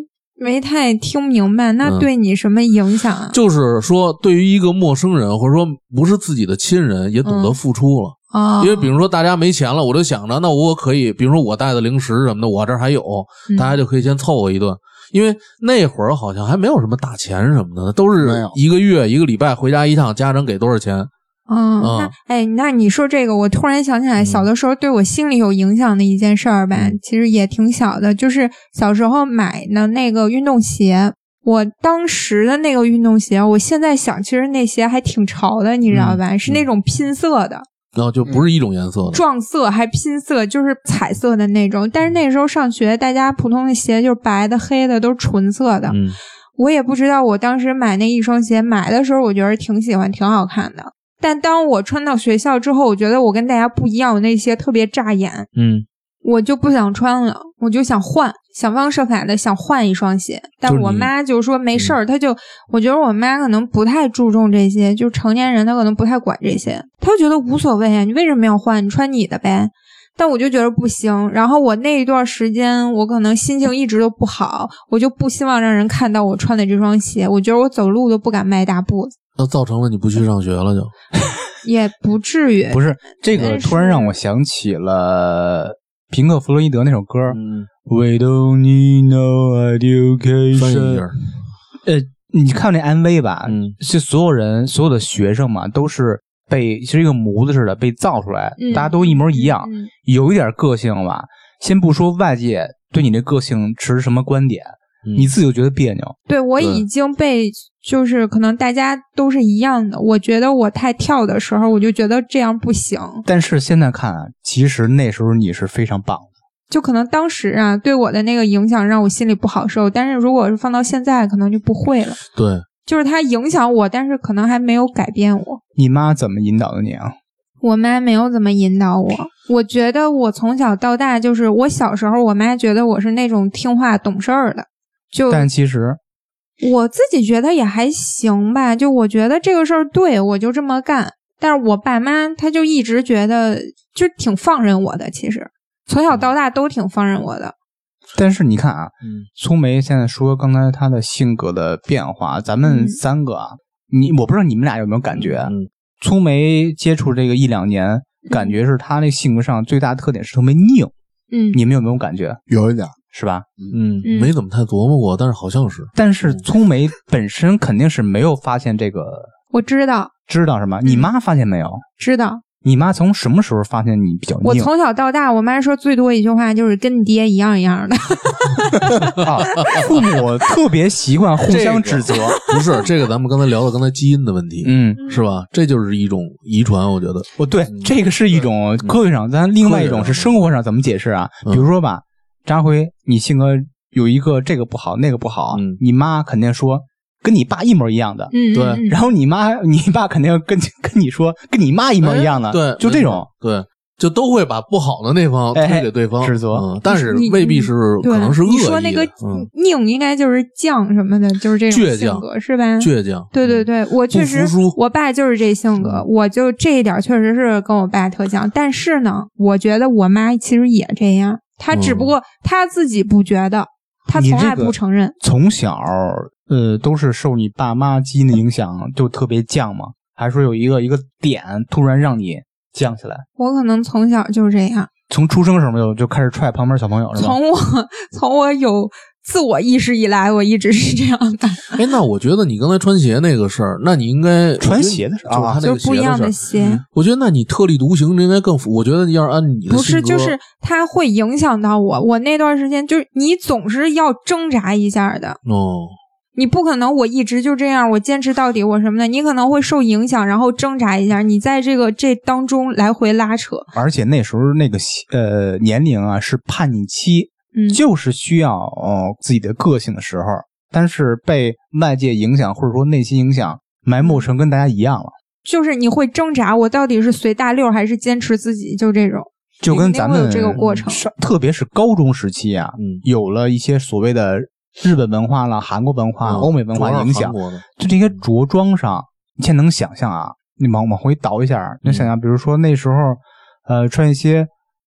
[SPEAKER 4] 没太听明白，那
[SPEAKER 3] 嗯
[SPEAKER 4] 对你什么影响啊？
[SPEAKER 3] 就是说，对于一个陌生人或者说不是自己的亲人，也懂得付出了。
[SPEAKER 4] 哦，
[SPEAKER 3] 因为比如说大家没钱了，我就想着，那我可以，比如说我带的零食什么的，我这儿还有，
[SPEAKER 4] 嗯
[SPEAKER 3] 大家就可以先凑合一顿。因为那会儿好像还没有什么大钱什么的，都是
[SPEAKER 2] 没有
[SPEAKER 3] 一个月一个礼拜回家一趟，家长给多少钱。
[SPEAKER 4] 嗯，
[SPEAKER 3] 嗯
[SPEAKER 4] 那哎，那你说这个，我突然想起来，小的时候对我心里有影响的一件事儿吧，
[SPEAKER 3] 嗯
[SPEAKER 4] 其实也挺小的，就是小时候买的那个运动鞋。我当时的那个运动鞋，我现在想，其实那鞋还挺潮的，你知道吧？
[SPEAKER 3] 嗯
[SPEAKER 4] 是那种拼色的，
[SPEAKER 3] 然后就不是一种颜色的。
[SPEAKER 4] 撞色还拼色，就是彩色的那种。但是那时候上学，大家普通的鞋就是白的、黑的，都是纯色的。
[SPEAKER 3] 嗯
[SPEAKER 4] 我也不知道，我当时买那一双鞋，买的时候我觉得挺喜欢，挺好看的。但当我穿到学校之后，我觉得我跟大家不一样，我那鞋特别扎眼，
[SPEAKER 3] 嗯，
[SPEAKER 4] 我就不想穿了，我就想换，想方设法的想换一双鞋。但
[SPEAKER 3] 就是你
[SPEAKER 4] 我妈就说没事儿，
[SPEAKER 3] 嗯
[SPEAKER 4] 她就我觉得我妈可能不太注重这些，就成年人她可能不太管这些，她就觉得无所谓啊，你为什么要换？你穿你的呗。但我就觉得不行，然后我那一段时间我可能心情一直都不好，我就不希望让人看到我穿的这双鞋，我觉得我走路都不敢迈大步子，
[SPEAKER 3] 那造成了你不去上学了就。
[SPEAKER 4] 也不至于。
[SPEAKER 1] 不是这个，
[SPEAKER 4] 但是
[SPEAKER 1] 突然让我想起了平克·弗洛伊德那首歌。
[SPEAKER 3] 嗯，
[SPEAKER 1] We don't need no
[SPEAKER 3] 翻译一
[SPEAKER 1] education
[SPEAKER 3] 下。。
[SPEAKER 1] 呃，你看那 M V 吧，
[SPEAKER 3] 嗯
[SPEAKER 1] 是所有人所有的学生嘛，都是被其实一个模子似的被造出来，
[SPEAKER 4] 嗯
[SPEAKER 1] 大家都一模一样，
[SPEAKER 4] 嗯
[SPEAKER 1] 有一点个性吧。先不说外界对你的个性持什么观点，
[SPEAKER 3] 嗯
[SPEAKER 1] 你自己就觉得别扭。
[SPEAKER 4] 对，我
[SPEAKER 3] 对
[SPEAKER 4] 已经被就是可能大家都是一样的，我觉得我太跳的时候，我就觉得这样不行。
[SPEAKER 1] 但是现在看啊，其实那时候你是非常棒的。
[SPEAKER 4] 就可能当时啊，对我的那个影响让我心里不好受，但是如果是放到现在，可能就不会了。
[SPEAKER 3] 对，
[SPEAKER 4] 就是它影响我，但是可能还没有改变我。
[SPEAKER 1] 你妈怎么引导的你啊？
[SPEAKER 4] 我妈没有怎么引导我，我觉得我从小到大，就是我小时候，我妈觉得我是那种听话懂事儿的，就
[SPEAKER 1] 但其实
[SPEAKER 4] 我自己觉得也还行吧，就我觉得这个事儿对，我就这么干。但是我爸妈他就一直觉得就挺放任我的，其实从小到大都挺放任我的。
[SPEAKER 1] 但是你看啊，
[SPEAKER 3] 嗯
[SPEAKER 1] 粗梅现在说刚才她的性格的变化，咱们
[SPEAKER 4] 嗯
[SPEAKER 1] 三个啊，你我不知道你们俩有没有感觉？
[SPEAKER 3] 嗯
[SPEAKER 1] 粗梅接触这个一两年，感觉是她那性格上最大的特点是特别拧，
[SPEAKER 4] 嗯，
[SPEAKER 1] 你们有没有感觉？
[SPEAKER 2] 有一点，
[SPEAKER 1] 是吧？
[SPEAKER 3] 嗯
[SPEAKER 4] 嗯
[SPEAKER 3] 没怎么太琢磨过，但是好像是。
[SPEAKER 1] 但是粗梅本身肯定是没有发现这个，
[SPEAKER 4] 我知道，
[SPEAKER 1] 知道是吗？你妈发现没有？
[SPEAKER 4] 知道。
[SPEAKER 1] 你妈从什么时候发现你比较拧？
[SPEAKER 4] 我从小到大，我妈说最多一句话就是跟你爹一样一样的。
[SPEAKER 1] 啊，父母特别习惯互相指责。
[SPEAKER 3] 不是这个，咱们刚才聊到刚才基因的问题，
[SPEAKER 1] 嗯，
[SPEAKER 3] 是吧？这就是一种遗传，我觉得。
[SPEAKER 1] 哦，对，这个是一种科学上，咱另外一种是生活上怎么解释啊？
[SPEAKER 3] 嗯
[SPEAKER 1] 比如说吧，张辉，你性格有一个这个不好，那个不好，
[SPEAKER 3] 嗯
[SPEAKER 1] 你妈肯定说跟你爸一模一样的，
[SPEAKER 4] 嗯，
[SPEAKER 3] 对
[SPEAKER 4] 嗯
[SPEAKER 1] 然后你妈你爸肯定跟跟你说跟你妈一模一样的，
[SPEAKER 3] 哎对，
[SPEAKER 1] 就这种。
[SPEAKER 3] 对，就都会把不好的那方推给对方
[SPEAKER 1] 哎指责
[SPEAKER 3] 嗯，但是
[SPEAKER 4] 你
[SPEAKER 3] 未必是
[SPEAKER 4] 对
[SPEAKER 3] 可能是恶意的。
[SPEAKER 4] 你说那个
[SPEAKER 3] 嗯
[SPEAKER 4] 拧应该就是犟什么的，就是这种
[SPEAKER 3] 倔强
[SPEAKER 4] 性格是吧？
[SPEAKER 3] 倔强，
[SPEAKER 4] 对对对，我确实
[SPEAKER 3] 不服输，
[SPEAKER 4] 我爸就是这性格，
[SPEAKER 3] 嗯
[SPEAKER 4] 我就这一点确实是跟我爸特像。但是呢，我觉得我妈其实也这样，她只不过她自己不觉得，她从来不承认。
[SPEAKER 1] 从小呃都是受你爸妈基因的影响，就特别犟吗？还是说有一个一个点突然让你犟起来？
[SPEAKER 4] 我可能从小就这样，
[SPEAKER 1] 从出生时候就就开始踹旁边小朋友是吧？
[SPEAKER 4] 从我从我有自我意识以来，我一直是这样的，
[SPEAKER 3] 哎，那我觉得你刚才穿鞋那个事儿，那你应该
[SPEAKER 1] 穿鞋的事儿啊
[SPEAKER 3] 就是他那个
[SPEAKER 4] 就是不一样的
[SPEAKER 3] 的事儿。
[SPEAKER 4] 鞋。
[SPEAKER 3] 我觉得那你特立独行应该更符。我觉得要是按你的
[SPEAKER 4] 不是，
[SPEAKER 3] 性格
[SPEAKER 4] 就是它会影响到我。我那段时间就是你总是要挣扎一下的，
[SPEAKER 3] 哦，
[SPEAKER 4] 你不可能我一直就这样，我坚持到底，我什么的，你可能会受影响，然后挣扎一下，你在这个这当中来回拉扯。
[SPEAKER 1] 而且那时候那个呃年龄啊是叛逆期，
[SPEAKER 4] 嗯，
[SPEAKER 1] 就是需要呃自己的个性的时候，但是被外界影响或者说内心影响埋没成跟大家一样了，
[SPEAKER 4] 就是你会挣扎，我到底是随大溜还是坚持自己，就这种。
[SPEAKER 1] 就跟咱们
[SPEAKER 4] 肯定会有这个过程
[SPEAKER 1] 上特别是高中时期啊，
[SPEAKER 3] 嗯
[SPEAKER 1] 有了一些所谓的日本文化啦、韩国文化、
[SPEAKER 3] 嗯
[SPEAKER 1] 欧美文化影响
[SPEAKER 3] 主要是韩，国的
[SPEAKER 1] 就这些着装上，你现在能想象啊？你往往回倒一下，能想象，比如说那时候，呃，穿一些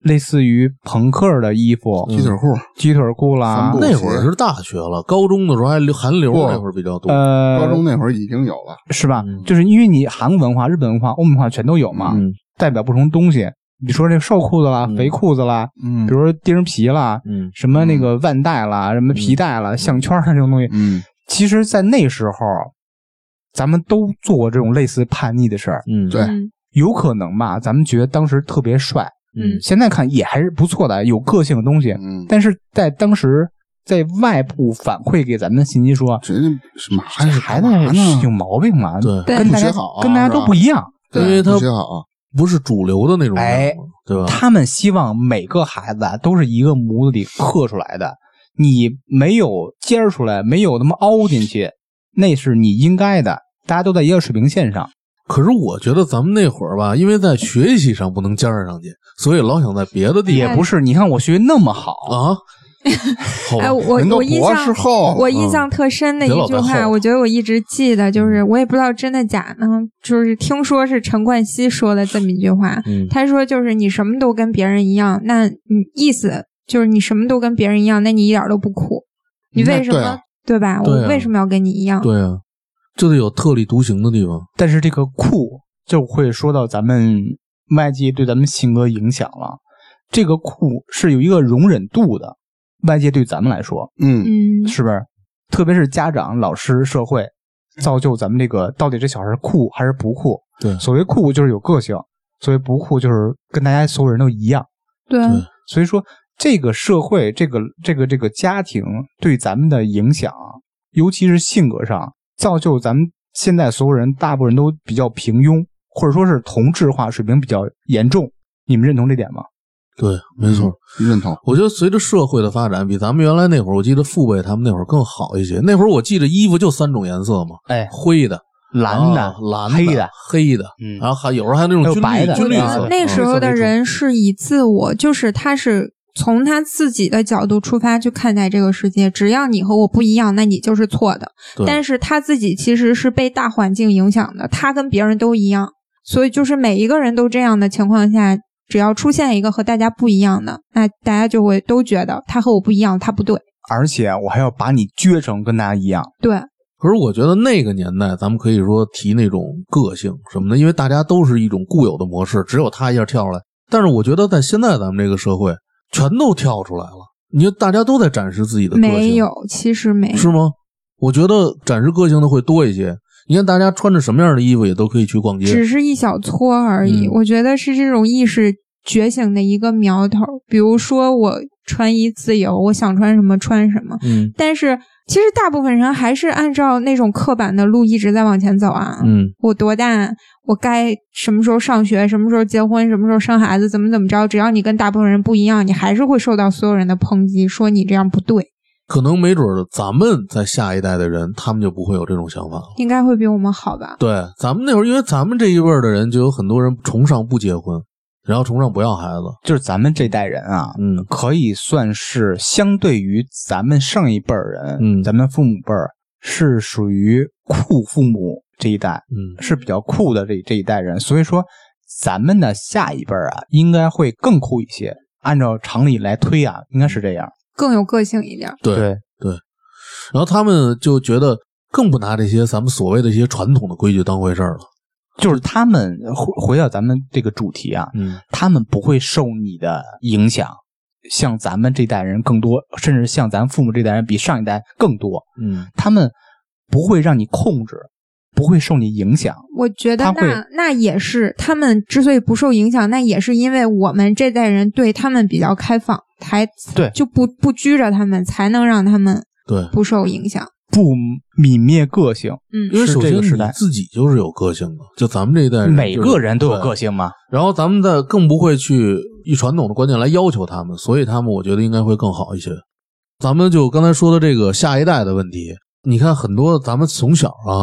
[SPEAKER 1] 类似于朋克的衣服，
[SPEAKER 2] 鸡腿裤、
[SPEAKER 1] 鸡腿裤啦
[SPEAKER 2] 帆，布
[SPEAKER 3] 那会儿是大学了，高中的时候还流韩流，
[SPEAKER 2] 不
[SPEAKER 3] 那会儿比较多。
[SPEAKER 1] 呃，
[SPEAKER 2] 高中那会儿已经有了。
[SPEAKER 1] 是吧？
[SPEAKER 3] 嗯
[SPEAKER 1] 就是因为你韩国文化、日本文化、欧美文化全都有嘛，
[SPEAKER 3] 嗯
[SPEAKER 1] 代表不同东西。比如说这个瘦裤子啦、
[SPEAKER 3] 嗯
[SPEAKER 1] 肥裤子啦，
[SPEAKER 2] 嗯
[SPEAKER 1] 比如说钉皮啦，
[SPEAKER 3] 嗯
[SPEAKER 1] 什么那个腕带啦、什么皮带啦、项圈啦这种东西，
[SPEAKER 2] 嗯
[SPEAKER 1] 其实，在那时候，咱们都做过这种类似叛逆的事儿。
[SPEAKER 3] 嗯，
[SPEAKER 2] 对
[SPEAKER 4] 嗯
[SPEAKER 1] 有可能吧？咱们觉得当时特别帅，
[SPEAKER 4] 嗯
[SPEAKER 1] 现在看也还是不错的，有个性的东西。
[SPEAKER 2] 嗯，
[SPEAKER 1] 但是在当时，在外部反馈给咱们的信息说，
[SPEAKER 2] 觉得什么还是
[SPEAKER 1] 这孩子
[SPEAKER 2] 干嘛呢？
[SPEAKER 1] 有毛病嘛，
[SPEAKER 3] 对，
[SPEAKER 4] 对
[SPEAKER 1] 跟大家
[SPEAKER 2] 不学好啊
[SPEAKER 1] 跟大家都不一样。
[SPEAKER 2] 对
[SPEAKER 3] 因为他
[SPEAKER 2] 不学好，
[SPEAKER 3] 不是主流的那种
[SPEAKER 1] 哎
[SPEAKER 3] 样子，对吧？
[SPEAKER 1] 他们希望每个孩子啊都是一个模子里刻出来的，你没有尖儿出来，没有那么凹进去，那是你应该的，大家都在一个水平线上。
[SPEAKER 3] 可是我觉得咱们那会儿吧，因为在学习上不能尖儿上去，所以老想在别的地方
[SPEAKER 1] 也不是，你看我学习那么好，
[SPEAKER 3] 啊。好吧
[SPEAKER 4] 哎，我
[SPEAKER 2] 人都
[SPEAKER 4] 我印
[SPEAKER 2] 博士
[SPEAKER 4] 象
[SPEAKER 2] 后
[SPEAKER 4] 我印象特深的一句
[SPEAKER 3] 别老在
[SPEAKER 4] 话，
[SPEAKER 3] 后
[SPEAKER 4] 我觉得我一直记得，就是我也不知道真的假的，就是听说是陈冠希说的这么一句话，
[SPEAKER 3] 嗯
[SPEAKER 4] 他说就是你什么都跟别人一样，那你意思就是你什么都跟别人一样，那你一点都不酷，你为什么
[SPEAKER 2] 那对啊
[SPEAKER 4] 对吧？
[SPEAKER 3] 对啊
[SPEAKER 4] 我为什么要跟你一样？
[SPEAKER 3] 对啊，就得有特立独行的地方。
[SPEAKER 1] 但是这个酷就会说到咱们外界对咱们性格影响了。这个酷是有一个容忍度的，外界对咱们来说，
[SPEAKER 2] 嗯
[SPEAKER 4] 嗯，
[SPEAKER 1] 是不是？特别是家长、老师、社会，造就咱们这个到底这小孩酷还是不酷？
[SPEAKER 3] 对
[SPEAKER 1] 所谓酷就是有个性，所谓不酷就是跟大家所有人都一样。
[SPEAKER 4] 对，
[SPEAKER 3] 对
[SPEAKER 1] 所以说，这个社会、这个这个这个家庭对咱们的影响，尤其是性格上，造就咱们现在所有人大部分人都比较平庸，或者说是同质化水平比较严重。你们认同这点吗？
[SPEAKER 3] 对，没错。
[SPEAKER 2] 认同。
[SPEAKER 3] 我觉得随着社会的发展，比咱们原来那会儿，我记得父辈他们那会儿更好一些。那会儿我记得衣服就三种颜色嘛，
[SPEAKER 1] 哎，
[SPEAKER 3] 灰的、
[SPEAKER 1] 蓝的、
[SPEAKER 3] 啊蓝的、
[SPEAKER 1] 黑的、
[SPEAKER 3] 黑的，
[SPEAKER 1] 嗯
[SPEAKER 3] 然后还有时候还有那种军绿
[SPEAKER 1] 还有白的
[SPEAKER 3] 军绿
[SPEAKER 1] 对
[SPEAKER 3] 色。
[SPEAKER 4] 那时候的人是以自我，就是他是从他自己的角度出发去看待这个世界。只要你和我不一样，那你就是错的。
[SPEAKER 3] 对
[SPEAKER 4] 但是他自己其实是被大环境影响的，他跟别人都一样，所以就是每一个人都这样的情况下，只要出现一个和大家不一样的，那大家就会都觉得他和我不一样，他不对。
[SPEAKER 1] 而且我还要把你撅成跟大家一样。
[SPEAKER 4] 对，
[SPEAKER 3] 可是我觉得那个年代，咱们可以说提那种个性什么的，因为大家都是一种固有的模式，只有他一下跳出来。但是我觉得在现在咱们这个社会，全都跳出来了。你看，大家都在展示自己的个性，
[SPEAKER 4] 没有，其实没有。
[SPEAKER 3] 是吗？我觉得展示个性的会多一些。你看，大家穿着什么样的衣服也都可以去逛街，
[SPEAKER 4] 只是一小撮而已。
[SPEAKER 3] 嗯
[SPEAKER 4] 我觉得是这种意识觉醒的一个苗头。比如说，我穿衣自由，我想穿什么穿什么。
[SPEAKER 3] 嗯
[SPEAKER 4] 但是其实大部分人还是按照那种刻板的路一直在往前走啊。
[SPEAKER 3] 嗯，
[SPEAKER 4] 我多大，我该什么时候上学，什么时候结婚，什么时候生孩子，怎么怎么着。只要你跟大部分人不一样，你还是会受到所有人的抨击，说你这样不对。
[SPEAKER 3] 可能没准儿咱们在下一代的人，他们就不会有这种想法了。
[SPEAKER 4] 应该会比我们好吧？
[SPEAKER 3] 对，咱们那会儿，因为咱们这一辈儿的人，就有很多人崇尚不结婚，然后崇尚不要孩子。
[SPEAKER 1] 就是咱们这代人啊，
[SPEAKER 3] 嗯
[SPEAKER 1] 可以算是相对于咱们上一辈儿人，
[SPEAKER 3] 嗯
[SPEAKER 1] 咱们父母辈儿是属于酷父母这一代，
[SPEAKER 3] 嗯，
[SPEAKER 1] 是比较酷的这这一代人。所以说，咱们的下一辈儿啊，应该会更酷一些。按照常理来推啊，应该是这样。
[SPEAKER 4] 更有个性一点。
[SPEAKER 3] 对
[SPEAKER 1] 对
[SPEAKER 3] 对。然后他们就觉得更不拿这些咱们所谓的一些传统的规矩当回事儿了。
[SPEAKER 1] 就是他们回回到咱们这个主题啊，
[SPEAKER 3] 嗯
[SPEAKER 1] 他们不会受你的影响，像咱们这代人更多，甚至像咱父母这代人比上一代更多。
[SPEAKER 3] 嗯
[SPEAKER 1] 他们不会让你控制，不会受你影响。
[SPEAKER 4] 我觉得
[SPEAKER 1] 他会
[SPEAKER 4] 那那也是他们之所以不受影响，那也是因为我们这代人对他们比较开放，才
[SPEAKER 1] 对
[SPEAKER 4] 就不不拘着他们，才能让他们
[SPEAKER 3] 对，
[SPEAKER 4] 不受影响。
[SPEAKER 1] 不泯灭个性，
[SPEAKER 4] 嗯，
[SPEAKER 1] 是
[SPEAKER 3] 因为首先
[SPEAKER 1] 这个时代
[SPEAKER 3] 你自己就是有个性的，就咱们这一代人，
[SPEAKER 1] 每个人都有个
[SPEAKER 3] 性。
[SPEAKER 1] 性嘛。
[SPEAKER 3] 然后咱们再更不会去以传统的观念来要求他们，所以他们我觉得应该会更好一些。咱们就刚才说的这个下一代的问题，你看很多咱们从小啊，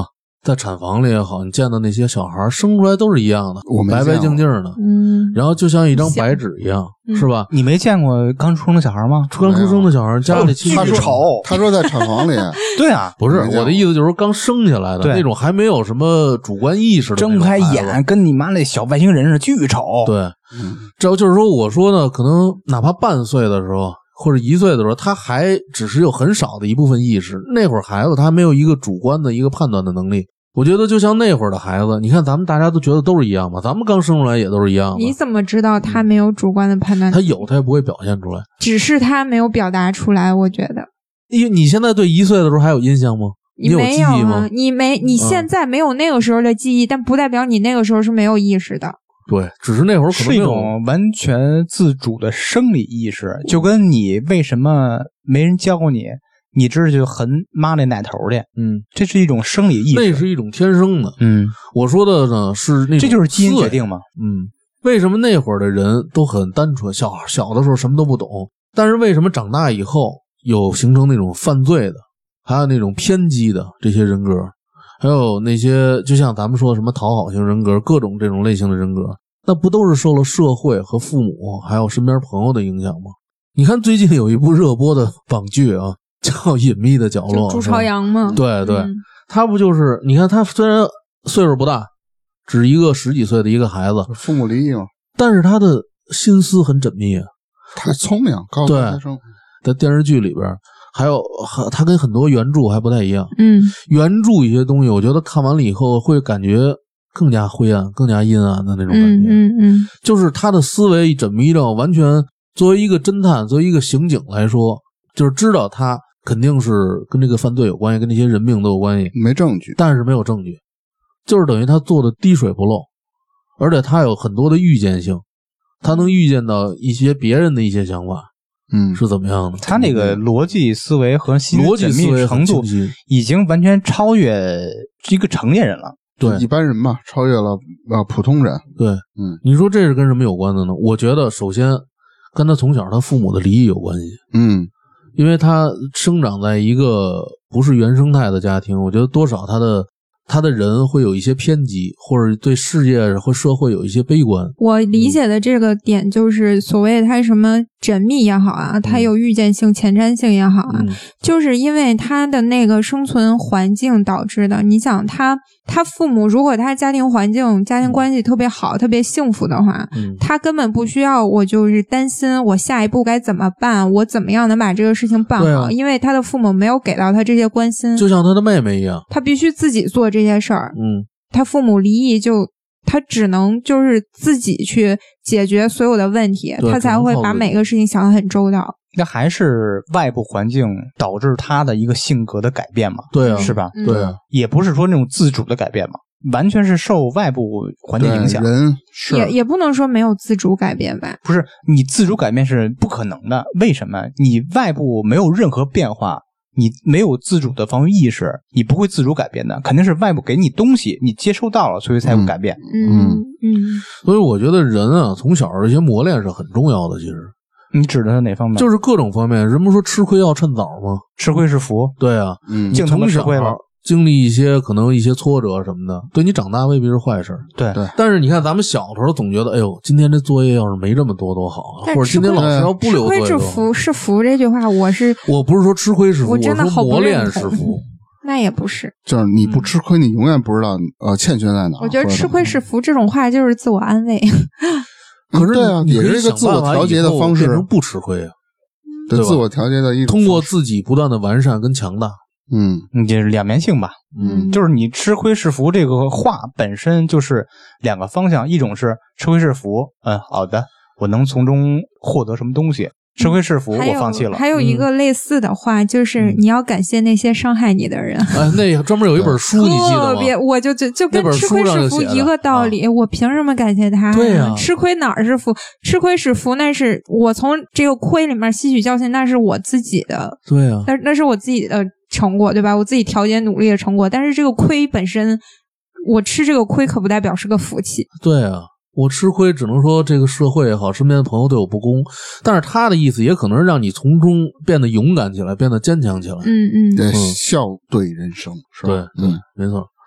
[SPEAKER 3] 在产房里也好，你见到那些小孩生出来都是一样的，白白
[SPEAKER 2] 我没见过
[SPEAKER 3] 净净的，
[SPEAKER 4] 嗯，
[SPEAKER 3] 然后就像一张白纸一样，
[SPEAKER 4] 嗯
[SPEAKER 3] 是吧？
[SPEAKER 1] 你没见过刚出生的小孩吗？
[SPEAKER 3] 刚出生的小孩家里亲戚
[SPEAKER 2] 他说
[SPEAKER 1] 丑
[SPEAKER 2] 他说在产房里，
[SPEAKER 1] 对啊，
[SPEAKER 3] 不是
[SPEAKER 2] 没见过
[SPEAKER 3] 我的意思，就是说刚生下来的
[SPEAKER 1] 对
[SPEAKER 3] 那种，还没有什么主观意识的那种
[SPEAKER 1] 睁不开
[SPEAKER 3] 孩子
[SPEAKER 1] 眼，跟你妈那小外星人似的，巨丑。
[SPEAKER 3] 对，
[SPEAKER 2] 嗯
[SPEAKER 3] 这就是说，我说呢，可能哪怕半岁的时候或者一岁的时候，他还只是有很少的一部分意识。那会儿孩子他还没有一个主观的一个判断的能力。我觉得就像那会儿的孩子，你看咱们大家都觉得都是一样嘛，咱们刚生出来也都是一样的。
[SPEAKER 4] 你怎么知道他没有主观的判断？
[SPEAKER 3] 他有，他也不会表现出来，
[SPEAKER 4] 只是他没有表达出来。我觉得
[SPEAKER 3] 因为你现在对一岁的时候还有印象吗？你有
[SPEAKER 4] 没有
[SPEAKER 3] 记忆吗
[SPEAKER 4] 啊？？你没，你现在没有那个时候的记忆，但不代表你那个时候是没有意识的。
[SPEAKER 3] 对，只是那会儿可能
[SPEAKER 1] 是一
[SPEAKER 3] 没有
[SPEAKER 1] 种完全自主的生理意识，就跟你为什么没人教你，你这就含妈那奶头去，
[SPEAKER 3] 嗯，
[SPEAKER 1] 这是一种生理意识。
[SPEAKER 3] 那是一种天生的。
[SPEAKER 1] 嗯，
[SPEAKER 3] 我说的呢是那种
[SPEAKER 1] 这就是基因
[SPEAKER 3] 思维
[SPEAKER 1] 决定嘛。
[SPEAKER 3] 嗯，为什么那会儿的人都很单纯，小小的时候什么都不懂，但是为什么长大以后有形成那种犯罪的，还有那种偏激的这些人格，还有那些就像咱们说的什么讨好型人格，各种这种类型的人格，那不都是受了社会和父母还有身边朋友的影响吗？你看最近有一部热播的网剧啊，叫《隐秘的角落》，
[SPEAKER 4] 就朱朝阳嘛，
[SPEAKER 3] 对对，
[SPEAKER 4] 嗯
[SPEAKER 3] 他不就是你看他虽然岁数不大，只是一个十几岁的一个孩子，
[SPEAKER 2] 父母离异嘛，
[SPEAKER 3] 但是他的心思很缜密啊。
[SPEAKER 2] 太聪明，高
[SPEAKER 3] 对
[SPEAKER 2] 材生。
[SPEAKER 3] 在电视剧里边，还有还他跟很多原著还不太一样。
[SPEAKER 4] 嗯，
[SPEAKER 3] 原著一些东西，我觉得看完了以后会感觉更加灰暗、更加阴暗的那种感
[SPEAKER 4] 嗯
[SPEAKER 3] 觉。
[SPEAKER 4] 嗯嗯，
[SPEAKER 3] 就是他的思维缜密到完全作为一个侦探、作为一个刑警来说，就是知道他肯定是跟这个犯罪有关系，跟那些人命都有关系，
[SPEAKER 2] 没证据，
[SPEAKER 3] 但是没有证据，就是等于他做的滴水不漏，而且他有很多的预见性，他能预见到一些别人的一些想法
[SPEAKER 2] 嗯，
[SPEAKER 3] 是怎么样的。
[SPEAKER 1] 他那个逻辑思维和心理
[SPEAKER 3] 逻辑
[SPEAKER 1] 缜
[SPEAKER 3] 思维很
[SPEAKER 1] 密程度
[SPEAKER 3] 清晰，
[SPEAKER 1] 已经完全超越一个成年人了。
[SPEAKER 3] 对
[SPEAKER 2] 一般人嘛，超越了呃普通人。
[SPEAKER 3] 对，
[SPEAKER 2] 嗯
[SPEAKER 3] 你说这是跟什么有关的呢？我觉得首先跟他从小他父母的离异有关系，
[SPEAKER 2] 嗯
[SPEAKER 3] 因为他生长在一个不是原生态的家庭，我觉得多少他的他的人会有一些偏激，或者对世界或社会有一些悲观。
[SPEAKER 4] 我理解的这个点就是所谓他什么缜密也好啊，他有预见性、前瞻性也好啊，
[SPEAKER 3] 嗯
[SPEAKER 4] 就是因为他的那个生存环境导致的。你想他他父母如果他家庭环境、家庭关系特别好、特别幸福的话，
[SPEAKER 3] 嗯，
[SPEAKER 4] 他根本不需要我就是担心我下一步该怎么办，我怎么样能把这个事情办好，
[SPEAKER 3] 对啊
[SPEAKER 4] 因为他的父母没有给到他这些关心，
[SPEAKER 3] 就像他的妹妹一样。
[SPEAKER 4] 他必须自己做这些事儿。
[SPEAKER 3] 嗯，
[SPEAKER 4] 他父母离异就他只能就是自己去解决所有的问题，
[SPEAKER 3] 对
[SPEAKER 4] 他才会把每个事情想得很周到。
[SPEAKER 1] 那还是外部环境导致他的一个性格的改变嘛？
[SPEAKER 3] 对啊，
[SPEAKER 1] 是吧？
[SPEAKER 4] 嗯
[SPEAKER 3] 对啊，
[SPEAKER 1] 也不是说那种自主的改变嘛，完全是受外部环境影响。
[SPEAKER 2] 人是
[SPEAKER 4] 也也不能说没有自主改变吧。
[SPEAKER 1] 不是你自主改变是不可能的，为什么？你外部没有任何变化，你没有自主的防御意识，你不会自主改变的，肯定是外部给你东西，你接收到了，所以才会改变。
[SPEAKER 4] 嗯嗯，
[SPEAKER 3] 所以我觉得人啊，从小这些磨练是很重要的。其实
[SPEAKER 1] 你指的是哪方面？
[SPEAKER 3] 就是各种方面，人不说吃亏要趁早吗？
[SPEAKER 1] 吃亏是福。
[SPEAKER 3] 对啊，
[SPEAKER 2] 嗯
[SPEAKER 1] 净他妈吃亏了。
[SPEAKER 3] 经历一些可能一些挫折什么的，对你长大未必是坏事。
[SPEAKER 1] 对
[SPEAKER 2] 对
[SPEAKER 3] 但是你看咱们小时候总觉得，哎呦，今天这作业要是没这么多多好啊，或者今天老师要不
[SPEAKER 4] 吃亏是
[SPEAKER 3] 留作业多好。
[SPEAKER 4] 福是福这句话，我是
[SPEAKER 3] 我不是说吃亏是福，
[SPEAKER 4] 我真的
[SPEAKER 3] 说
[SPEAKER 4] 好不
[SPEAKER 3] 磨练
[SPEAKER 4] 认同
[SPEAKER 3] 是福。
[SPEAKER 4] 那也不是。
[SPEAKER 2] 就是你不吃亏，你永远不知道呃欠缺在哪。
[SPEAKER 4] 我觉得吃亏是福这种话就是自我安慰。
[SPEAKER 3] 可是
[SPEAKER 2] 对啊，也
[SPEAKER 3] 你可以
[SPEAKER 2] 是一个自我调节的方式
[SPEAKER 3] 想办法以后变成不吃亏啊，
[SPEAKER 2] 对
[SPEAKER 3] 对吧
[SPEAKER 2] 自我调节的一种
[SPEAKER 3] 通过
[SPEAKER 2] 方式
[SPEAKER 3] 自己不断的完善跟强大。
[SPEAKER 2] 嗯
[SPEAKER 1] 你这是两面性吧？
[SPEAKER 2] 嗯
[SPEAKER 1] 就是你吃亏是福这个话本身就是两个方向，一种是吃亏是福，嗯，好的，我能从中获得什么东西？吃亏是福，
[SPEAKER 4] 还有
[SPEAKER 1] 我放弃了。
[SPEAKER 4] 还有一个类似的话，就是
[SPEAKER 3] 嗯
[SPEAKER 4] 你要感谢那些伤害你的人。
[SPEAKER 3] 哎，那专门有一本书，你记得吗？
[SPEAKER 4] 特别，我就就就跟
[SPEAKER 3] 那本
[SPEAKER 4] 吃亏
[SPEAKER 3] 书上就写的
[SPEAKER 4] 是福一个道理，我凭什么感谢他？
[SPEAKER 3] 对呀
[SPEAKER 4] 吃亏哪儿是福？吃亏是福，那是我从这个亏里面吸取教训，那是我自己的，
[SPEAKER 3] 对啊，
[SPEAKER 4] 那那是我自己的成果，对吧？我自己调节努力的成果。但是这个亏本身，我吃这个亏可不代表是个福气。
[SPEAKER 3] 对啊，我吃亏只能说这个社会也好，身边的朋友对我不公，但是他的意思也可能是让你从中变得勇敢起来，变得坚强起来。
[SPEAKER 4] 嗯嗯
[SPEAKER 2] 得笑对人生是吧？
[SPEAKER 3] 对对
[SPEAKER 2] 嗯，
[SPEAKER 3] 没错。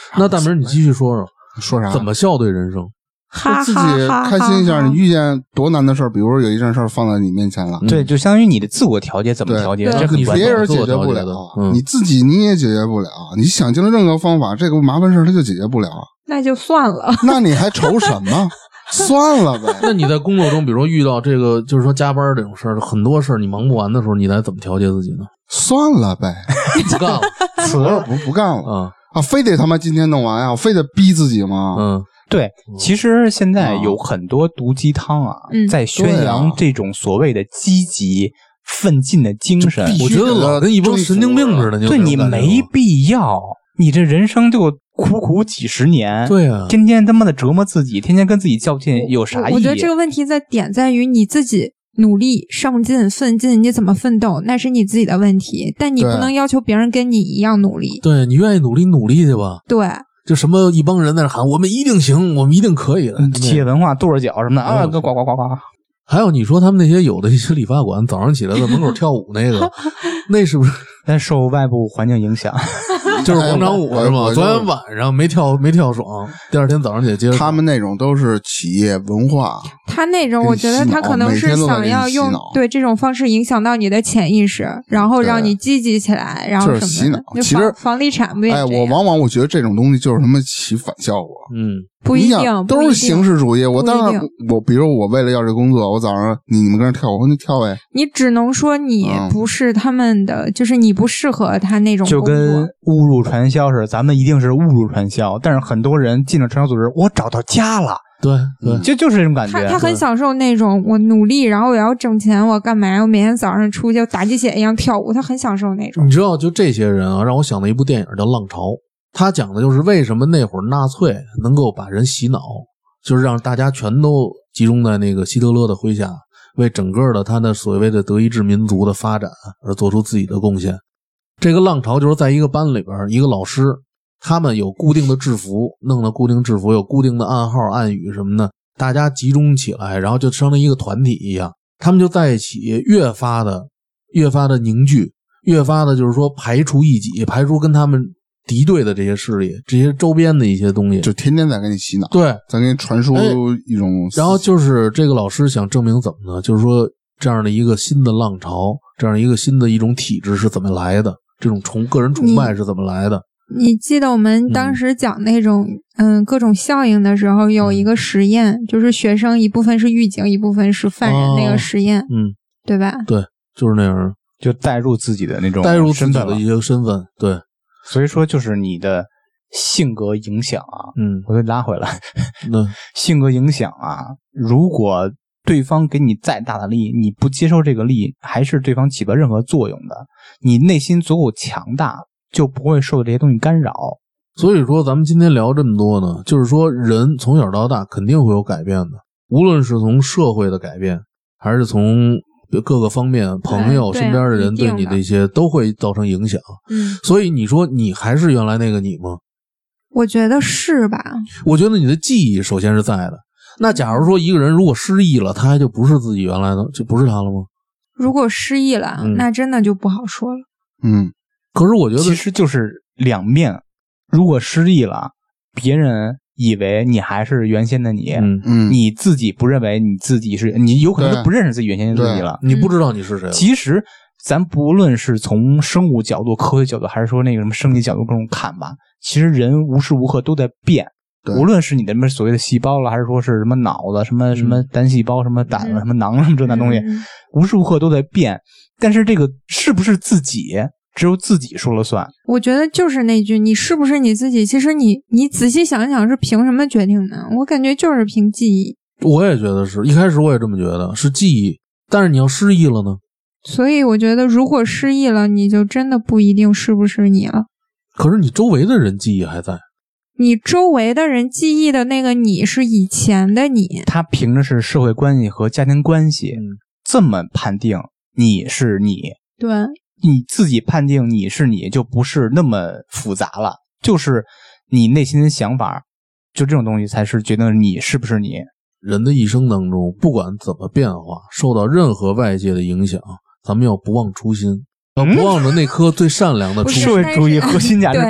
[SPEAKER 3] 那大明，你继续说说，
[SPEAKER 2] 说啥？
[SPEAKER 3] 怎么笑对人生？
[SPEAKER 4] 哈
[SPEAKER 2] 自己
[SPEAKER 4] 哈哈
[SPEAKER 2] 开心一下。
[SPEAKER 4] 哈哈
[SPEAKER 2] 你遇见多难的事儿，比如说有一件事儿放在你面前了，
[SPEAKER 1] 对，就相当于你的自我调节怎么
[SPEAKER 2] 对
[SPEAKER 1] 调节，
[SPEAKER 4] 对
[SPEAKER 1] 这很
[SPEAKER 2] 你
[SPEAKER 1] 关键。
[SPEAKER 2] 别人解决不了
[SPEAKER 3] 自我调节的，嗯
[SPEAKER 2] 你自己你也解决不了。你想尽了任何方法，这个麻烦事儿他就解决不了。
[SPEAKER 4] 那就算了。
[SPEAKER 2] 那你还愁什么？算了呗。
[SPEAKER 3] 那你在工作中，比如说遇到这个，就是说加班这种事儿，很多事儿你忙不完的时候，你来怎么调节自己呢？
[SPEAKER 2] 算了呗，
[SPEAKER 3] 不干了
[SPEAKER 2] 辞了不不干了
[SPEAKER 3] 啊
[SPEAKER 2] 啊！非得他妈今天弄完呀？我非得逼自己吗？
[SPEAKER 3] 嗯，
[SPEAKER 1] 对，其实现在有很多毒鸡汤啊，
[SPEAKER 4] 嗯
[SPEAKER 1] 在宣扬这种所谓的积极奋进的精神。
[SPEAKER 2] 必须
[SPEAKER 3] 我觉得老跟一帮神经病似的。
[SPEAKER 1] 对，你没必要，你这人生就苦苦几十年，
[SPEAKER 3] 对啊，
[SPEAKER 1] 天天他妈的折磨自己，天天跟自己较劲，有啥意义？
[SPEAKER 4] 我觉得这个问题的点在于你自己努力上进奋进，你怎么奋斗那是你自己的问题，但你不能要求别人跟你一样努力。
[SPEAKER 3] 对，你愿意努力努力去吧。
[SPEAKER 4] 对，
[SPEAKER 3] 就什么一帮人在那喊我们一定行，我们一定可以的。
[SPEAKER 1] 企业文化跺着脚什么的啊，呱呱呱呱呱。
[SPEAKER 3] 还有你说他们那些有的一些理发馆早上起来在门口跳舞那个，那是不是？
[SPEAKER 1] 但受外部环境影响，
[SPEAKER 3] 就是广场舞是吗？
[SPEAKER 2] 我
[SPEAKER 3] 昨天晚上没跳没跳爽，第二天早上起来接着。
[SPEAKER 2] 他们那种都是企业文化，
[SPEAKER 4] 他那种我觉得他可能是想要用对这种方式影响到你的潜意识，然后让你积极起来，然后什么的。
[SPEAKER 2] 就是洗脑。
[SPEAKER 4] 就
[SPEAKER 2] 其实
[SPEAKER 4] 房地产不也
[SPEAKER 2] 哎，我往往我觉得这种东西就是他妈起反效果。
[SPEAKER 3] 嗯，
[SPEAKER 4] 不一定，
[SPEAKER 2] 都是形式主义。我当然，
[SPEAKER 4] 不
[SPEAKER 2] 我比如我为了要这工作，我早上你你们跟人跳，我说你跳呗。
[SPEAKER 4] 你只能说你不是他们的，嗯、就是你不适合他那种工作。
[SPEAKER 1] 就跟误入传销似的，咱们一定是误入传销，但是很多人进了传销组织，我找到家了。
[SPEAKER 3] 对对，
[SPEAKER 1] 就就是这种感觉。
[SPEAKER 4] 他他很享受那种我努力，然后我要挣钱，我干嘛？我每天早上出去打鸡血一样跳舞，他很享受那种。
[SPEAKER 3] 你知道，就这些人啊，让我想到一部电影叫《浪潮》。他讲的就是为什么那会儿纳粹能够把人洗脑，就是让大家全都集中在那个希特勒的麾下，为整个的他的所谓的德意志民族的发展而做出自己的贡献。这个浪潮就是在一个班里边，一个老师，他们有固定的制服，弄的固定制服，有固定的暗号暗语什么的，大家集中起来，然后就成了一个团体一样，他们就在一起越发的越发的凝聚，越发的就是说排除异己，排除跟他们敌对的这些势力，这些周边的一些东西，
[SPEAKER 2] 就天天在给你洗脑，
[SPEAKER 3] 对，
[SPEAKER 2] 在给你传输一种、哎。
[SPEAKER 3] 然后就是这个老师想证明怎么呢？就是说这样的一个新的浪潮，这样一个新的一种体制是怎么来的？这种崇个人崇拜是怎么来的？
[SPEAKER 4] 你, 你记得我们当时讲那种嗯各种效应的时候，有一个实验，嗯、就是学生一部分是狱警，一部分是犯人那个实验，
[SPEAKER 3] 哦、嗯，
[SPEAKER 4] 对吧？
[SPEAKER 3] 对，就是那样，
[SPEAKER 1] 就带入自己的那种
[SPEAKER 3] 带入自己的一些身份，对。
[SPEAKER 1] 所以说，就是你的性格影响啊，
[SPEAKER 3] 嗯，
[SPEAKER 1] 我得拉回来。
[SPEAKER 3] 那
[SPEAKER 1] 性格影响啊，如果对方给你再大的力，你不接受这个力，还是对方起不了任何作用的。你内心足够强大，就不会受到这些东西干扰。
[SPEAKER 3] 所以说，咱们今天聊这么多呢，就是说，人从小到大肯定会有改变的，无论是从社会的改变，还是从各个方面，朋友身边的人对你的一些都会造成影响。
[SPEAKER 4] 嗯，
[SPEAKER 3] 所以你说你还是原来那个你吗？
[SPEAKER 4] 我觉得是吧？
[SPEAKER 3] 我觉得你的记忆首先是在的。那假如说一个人如果失忆了，他还就不是自己原来的，就不是他了吗？
[SPEAKER 4] 如果失忆了，嗯、那真的就不好说了。
[SPEAKER 2] 嗯，
[SPEAKER 3] 可是我觉得
[SPEAKER 1] 其实就是两面。如果失忆了，别人以为你还是原先的你，
[SPEAKER 3] 嗯
[SPEAKER 2] 嗯，
[SPEAKER 1] 你自己不认为你自己是，你有可能都不认识自己原先的自己了，
[SPEAKER 3] 你不知道你是谁了。
[SPEAKER 1] 其实咱不论是从生物角度、科学角度，还是说那个什么生理角度各种看吧，其实人无时无刻都在变。无论是你的什么所谓的细胞了，还是说是什么脑子、什么什么单细胞、什么胆了、什么囊什么这那东西，无时无刻都在变。但是这个是不是自己，只有自己说了算。
[SPEAKER 4] 我觉得就是那句，你是不是你自己？其实你你仔细想想，是凭什么决定的？我感觉就是凭记忆。
[SPEAKER 3] 我也觉得是，一开始我也这么觉得，是记忆。但是你要失忆了呢？
[SPEAKER 4] 所以我觉得，如果失忆了，你就真的不一定是不是你了。
[SPEAKER 3] 可是你周围的人记忆还在。
[SPEAKER 4] 你周围的人记忆的那个你是以前的你，
[SPEAKER 1] 他凭的是社会关系和家庭关系，嗯、这么判定你是你。
[SPEAKER 4] 对，
[SPEAKER 1] 你自己判定你是你就不是那么复杂了，就是你内心的想法，就这种东西才是决定你是不是你。
[SPEAKER 3] 人的一生当中，不管怎么变化，受到任何外界的影响，咱们要不忘初心。要不忘着那颗最善良的初心。
[SPEAKER 1] 社会主义核心价值观。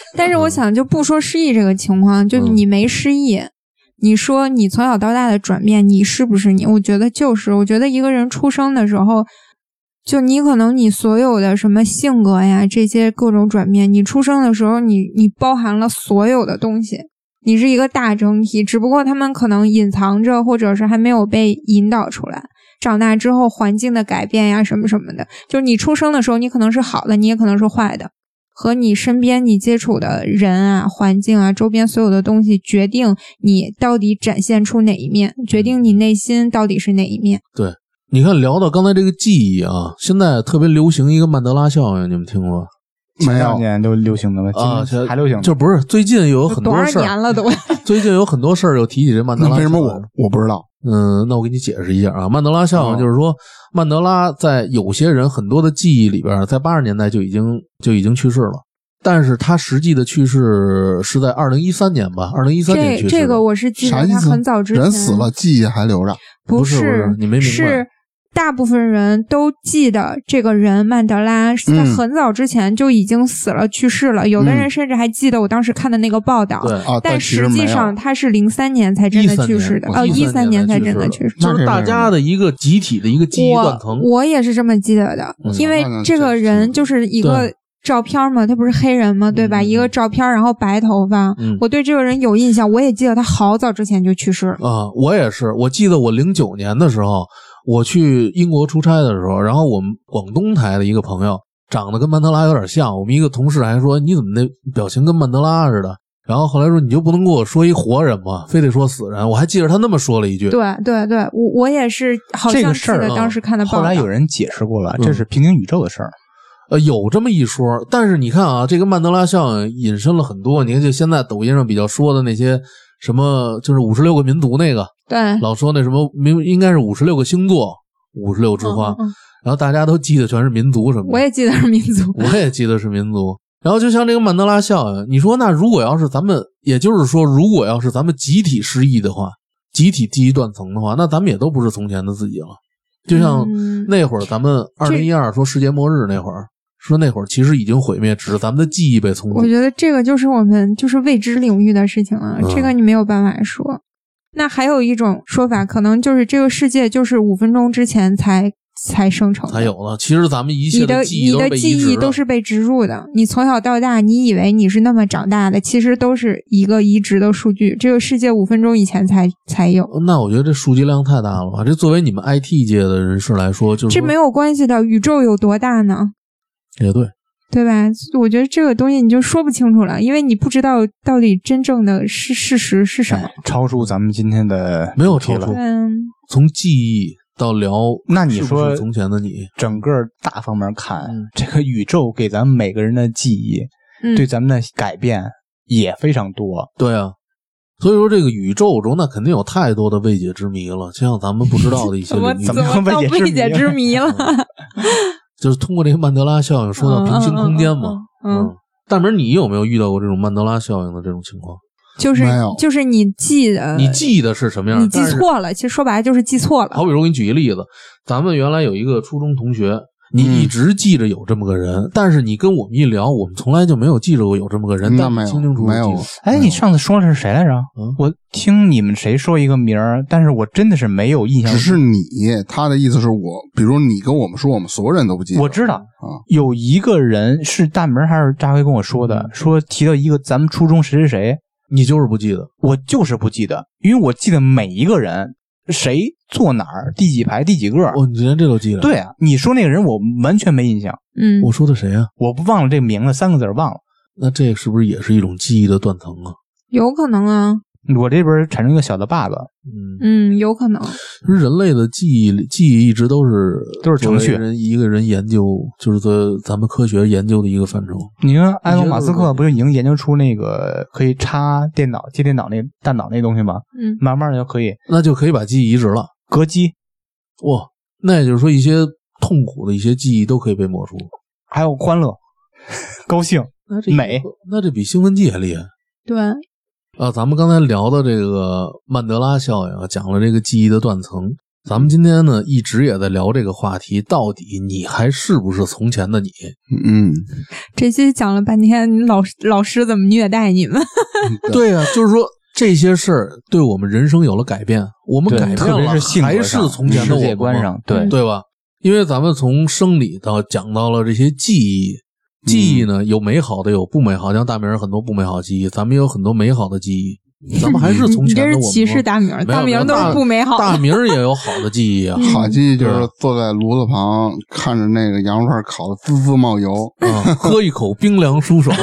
[SPEAKER 4] 但是我想就不说失忆这个情况，就你没失忆。嗯，你说你从小到大的转变，你是不是你？我觉得就是，我觉得一个人出生的时候，就你可能你所有的什么性格呀，这些各种转变，你出生的时候你你包含了所有的东西，你是一个大整体，只不过他们可能隐藏着，或者是还没有被引导出来。长大之后环境的改变呀什么什么的，就是你出生的时候你可能是好的，你也可能是坏的。和你身边你接触的人啊、环境啊、周边所有的东西决定你到底展现出哪一面，决定你内心到底是哪一面。
[SPEAKER 3] 对，你看聊到刚才这个记忆啊，现在特别流行一个曼德拉效应，你们听过？
[SPEAKER 2] 没有，
[SPEAKER 1] 年都流行的吗？
[SPEAKER 3] 啊，
[SPEAKER 1] 还流行？
[SPEAKER 3] 就不是最近有很多事儿，
[SPEAKER 4] 多少年了都。
[SPEAKER 3] 最近有很多事儿又提起这曼德拉效应。
[SPEAKER 2] 为什么我我不知道？
[SPEAKER 3] 嗯，那我给你解释一下啊，曼德拉效应就是说，曼德拉在有些人很多的记忆里边，在八十年代就已经就已经去世了。但是他实际的去世是在二零一三年吧，二零一三年去世的。
[SPEAKER 4] 这这个我是记得他很早之前。
[SPEAKER 2] 人死了，记忆还留着？
[SPEAKER 4] 不
[SPEAKER 3] 是，不是你没明白。
[SPEAKER 4] 是大部分人都记得这个人曼德拉在很早之前就已经死了、嗯、去世了，有的人甚至还记得我当时看的那个报道。
[SPEAKER 3] 对、
[SPEAKER 4] 嗯，但实际上他是零三年才真的去世的，哦，一三年才真的去世，
[SPEAKER 3] 就是大家的一个集体的一个记忆断层。
[SPEAKER 4] 我我也是这么记得的，嗯、因为这个人就是一个。照片嘛，他不是黑人吗？对吧？嗯、一个照片，然后白头发、嗯。我对这个人有印象，我也记得他好早之前就去世了。
[SPEAKER 3] 啊，我也是，我记得我零九年的时候，我去英国出差的时候，然后我们广东台的一个朋友长得跟曼德拉有点像，我们一个同事还说你怎么那表情跟曼德拉似的。然后后来说你就不能跟我说一活人吗？非得说死人。我还记得他那么说了一句。
[SPEAKER 4] 对对对，我我也是好像记得当时看的报道。
[SPEAKER 1] 后来有人解释过了，这是平行宇宙的事儿。
[SPEAKER 3] 呃，有这么一说，但是你看啊，这个曼德拉效应引申了很多。你看，就现在抖音上比较说的那些什么，就是五十六个民族那个，
[SPEAKER 4] 对，
[SPEAKER 3] 老说那什么明应该是五十六个星座，五十六枝花、嗯嗯，然后大家都记得全是民族什么的。
[SPEAKER 4] 我也记得是民族，
[SPEAKER 3] 我也记得是民族。然后就像这个曼德拉效应，你说那如果要是咱们，也就是说，如果要是咱们集体失忆的话，集体记忆断层的话，那咱们也都不是从前的自己了。就像那会儿咱们二零一二说世界末日那会儿。说那会儿其实已经毁灭，只是咱们的记忆被冲突。
[SPEAKER 4] 我觉得这个就是我们就是未知领域的事情了、嗯，这个你没有办法说。那还有一种说法，可能就是这个世界就是五分钟之前才才生成的，
[SPEAKER 3] 才有的。其实咱们一切的记忆都是被移植的，
[SPEAKER 4] 你的记忆都是被植入的。你从小到大，你以为你是那么长大的，其实都是一个移植的数据。这个世界五分钟以前才才有。
[SPEAKER 3] 那我觉得这数据量太大了吧？这作为你们 I T 界的人士来说，就是
[SPEAKER 4] 这没有关系的。宇宙有多大呢？
[SPEAKER 3] 也对，
[SPEAKER 4] 对吧？我觉得这个东西你就说不清楚了，因为你不知道到底真正的是事实是什么。
[SPEAKER 1] 超出咱们今天的
[SPEAKER 3] 没有超出，
[SPEAKER 4] 嗯，
[SPEAKER 3] 从记忆到聊，
[SPEAKER 1] 那你说
[SPEAKER 3] 从前的你，
[SPEAKER 1] 整个大方面看，嗯、这个宇宙给咱们每个人的记忆，嗯、对咱们的改变也非常多。
[SPEAKER 3] 对啊，所以说这个宇宙中那肯定有太多的未解之谜了，就像咱们不知道的一些领域。
[SPEAKER 4] 怎么怎么到未解之谜了？
[SPEAKER 3] 就是通过这个曼德拉效应说到平行空间嘛，嗯，嗯嗯嗯大明，你有没有遇到过这种曼德拉效应的这种情况？
[SPEAKER 4] 就是就是你记的，
[SPEAKER 3] 你记的是什么样？
[SPEAKER 4] 你记错了，其实说白了就是记错了。
[SPEAKER 3] 好比说，我给你举一个例子，咱们原来有一个初中同学，你一直记着有这么个人，嗯、但是你跟我们一聊，我们从来就没有记着过有这么个人，但
[SPEAKER 2] 没有
[SPEAKER 3] 清清楚楚
[SPEAKER 2] 没有。
[SPEAKER 1] 哎，你上次说的是谁来着？嗯、我听你们谁说一个名儿，但是我真的是没有印象。
[SPEAKER 2] 只是你，他的意思是我，比如你跟我们说，我们所有人都不记得。
[SPEAKER 1] 我知道
[SPEAKER 2] 啊，
[SPEAKER 1] 有一个人是大明还是扎辉跟我说的，说提到一个咱们初中谁谁谁，
[SPEAKER 3] 你就是不记得，
[SPEAKER 1] 我就是不记得，因为我记得每一个人。谁坐哪儿，第几排，第几个？
[SPEAKER 3] 哦，你连这都记得？
[SPEAKER 1] 对啊，你说那个人我完全没印象。
[SPEAKER 4] 嗯，
[SPEAKER 3] 我说的谁啊？
[SPEAKER 1] 我不忘了这名字，三个字忘了。
[SPEAKER 3] 那这是不是也是一种记忆的断层啊？
[SPEAKER 4] 有可能啊。
[SPEAKER 1] 我这边产生一个小的 bug。
[SPEAKER 3] 嗯
[SPEAKER 4] 嗯，有可能。
[SPEAKER 3] 人类的记忆记忆一直都是
[SPEAKER 1] 都是程序，
[SPEAKER 3] 人一个人研究，就是在咱们科学研究的一个范畴。
[SPEAKER 1] 你看埃隆马斯克不是已经研究出那个可以插电脑接电脑那大脑那东西吗？
[SPEAKER 4] 嗯，
[SPEAKER 1] 慢慢的就可以，
[SPEAKER 3] 那就可以把记忆移植了。
[SPEAKER 1] 隔机，
[SPEAKER 3] 哇，那也就是说一些痛苦的一些记忆都可以被抹除，
[SPEAKER 1] 还有欢乐、高兴、
[SPEAKER 3] 那这
[SPEAKER 1] 美，
[SPEAKER 3] 那这比兴奋剂还厉害。
[SPEAKER 4] 对。
[SPEAKER 3] 啊，咱们刚才聊的这个曼德拉效应啊，讲了这个记忆的断层。 咱们今天呢一直也在聊这个话题，到底你还是不是从前的你？
[SPEAKER 2] 嗯，
[SPEAKER 4] 这期讲了半天，老老师怎么虐待你们？
[SPEAKER 3] 对啊，就是说这些事儿对我们人生有了改变，我们
[SPEAKER 1] 对
[SPEAKER 3] 改变
[SPEAKER 1] 特别
[SPEAKER 3] 了，
[SPEAKER 1] 是性格上
[SPEAKER 3] 还是从前的
[SPEAKER 1] 世
[SPEAKER 3] 我们吗
[SPEAKER 1] 界观上，对
[SPEAKER 3] 对吧？因为咱们从生理到讲到了这些记忆，记忆呢有美好的，有不美好，像大明儿很多不美好记忆，咱们也有很多美好的记忆。咱们还是从
[SPEAKER 4] 你这是
[SPEAKER 3] 前的我们吗。
[SPEAKER 4] 歧视大明儿，
[SPEAKER 3] 没有
[SPEAKER 4] 大明儿都是不美好的。
[SPEAKER 3] 大明儿也有好的记忆啊。
[SPEAKER 2] 好记忆就是坐在炉子旁，看着那个羊肉串烤的滋滋冒油，
[SPEAKER 3] 啊，喝一口冰凉舒爽。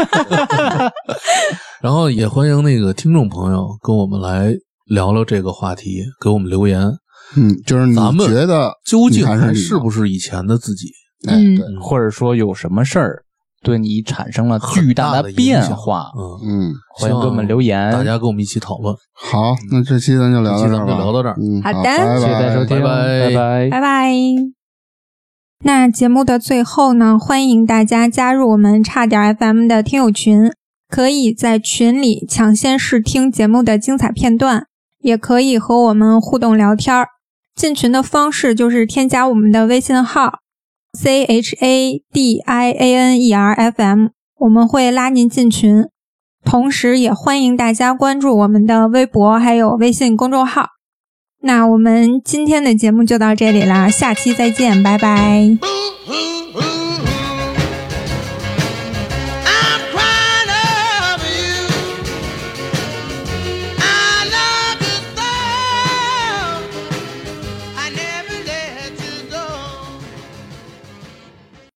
[SPEAKER 3] 然后也欢迎那个听众朋友跟我们来聊聊这个话题，给我们留言。
[SPEAKER 2] 嗯，就是你
[SPEAKER 3] 咱们
[SPEAKER 2] 觉得
[SPEAKER 3] 究竟
[SPEAKER 2] 你还是你
[SPEAKER 3] 还是不是以前的自己？
[SPEAKER 2] 哎，
[SPEAKER 4] 嗯
[SPEAKER 2] 对，
[SPEAKER 1] 或者说有什么事儿对你产生了巨大
[SPEAKER 3] 很大的影
[SPEAKER 1] 变
[SPEAKER 3] 响
[SPEAKER 1] 化，
[SPEAKER 3] 嗯，
[SPEAKER 2] 嗯，
[SPEAKER 1] 欢迎给我们留言。
[SPEAKER 3] 大家跟我们一起讨论。
[SPEAKER 2] 好，那这期咱就聊到这儿吧，
[SPEAKER 3] 这期咱们就聊到这儿
[SPEAKER 2] 嗯，
[SPEAKER 4] 好的
[SPEAKER 2] 拜拜
[SPEAKER 1] 谢谢大家收听，
[SPEAKER 3] 拜拜
[SPEAKER 1] 拜拜。
[SPEAKER 4] 拜拜。那节目的最后呢，欢迎大家加入我们差点 F M 的听友群，可以在群里抢先试听节目的精彩片段，也可以和我们互动聊天。进群的方式就是添加我们的微信号 C H A D I A N E R F M， 我们会拉您进群。同时也欢迎大家关注我们的微博还有微信公众号。那我们今天的节目就到这里啦，下期再见，拜拜。
[SPEAKER 5] Ooh, ooh, ooh.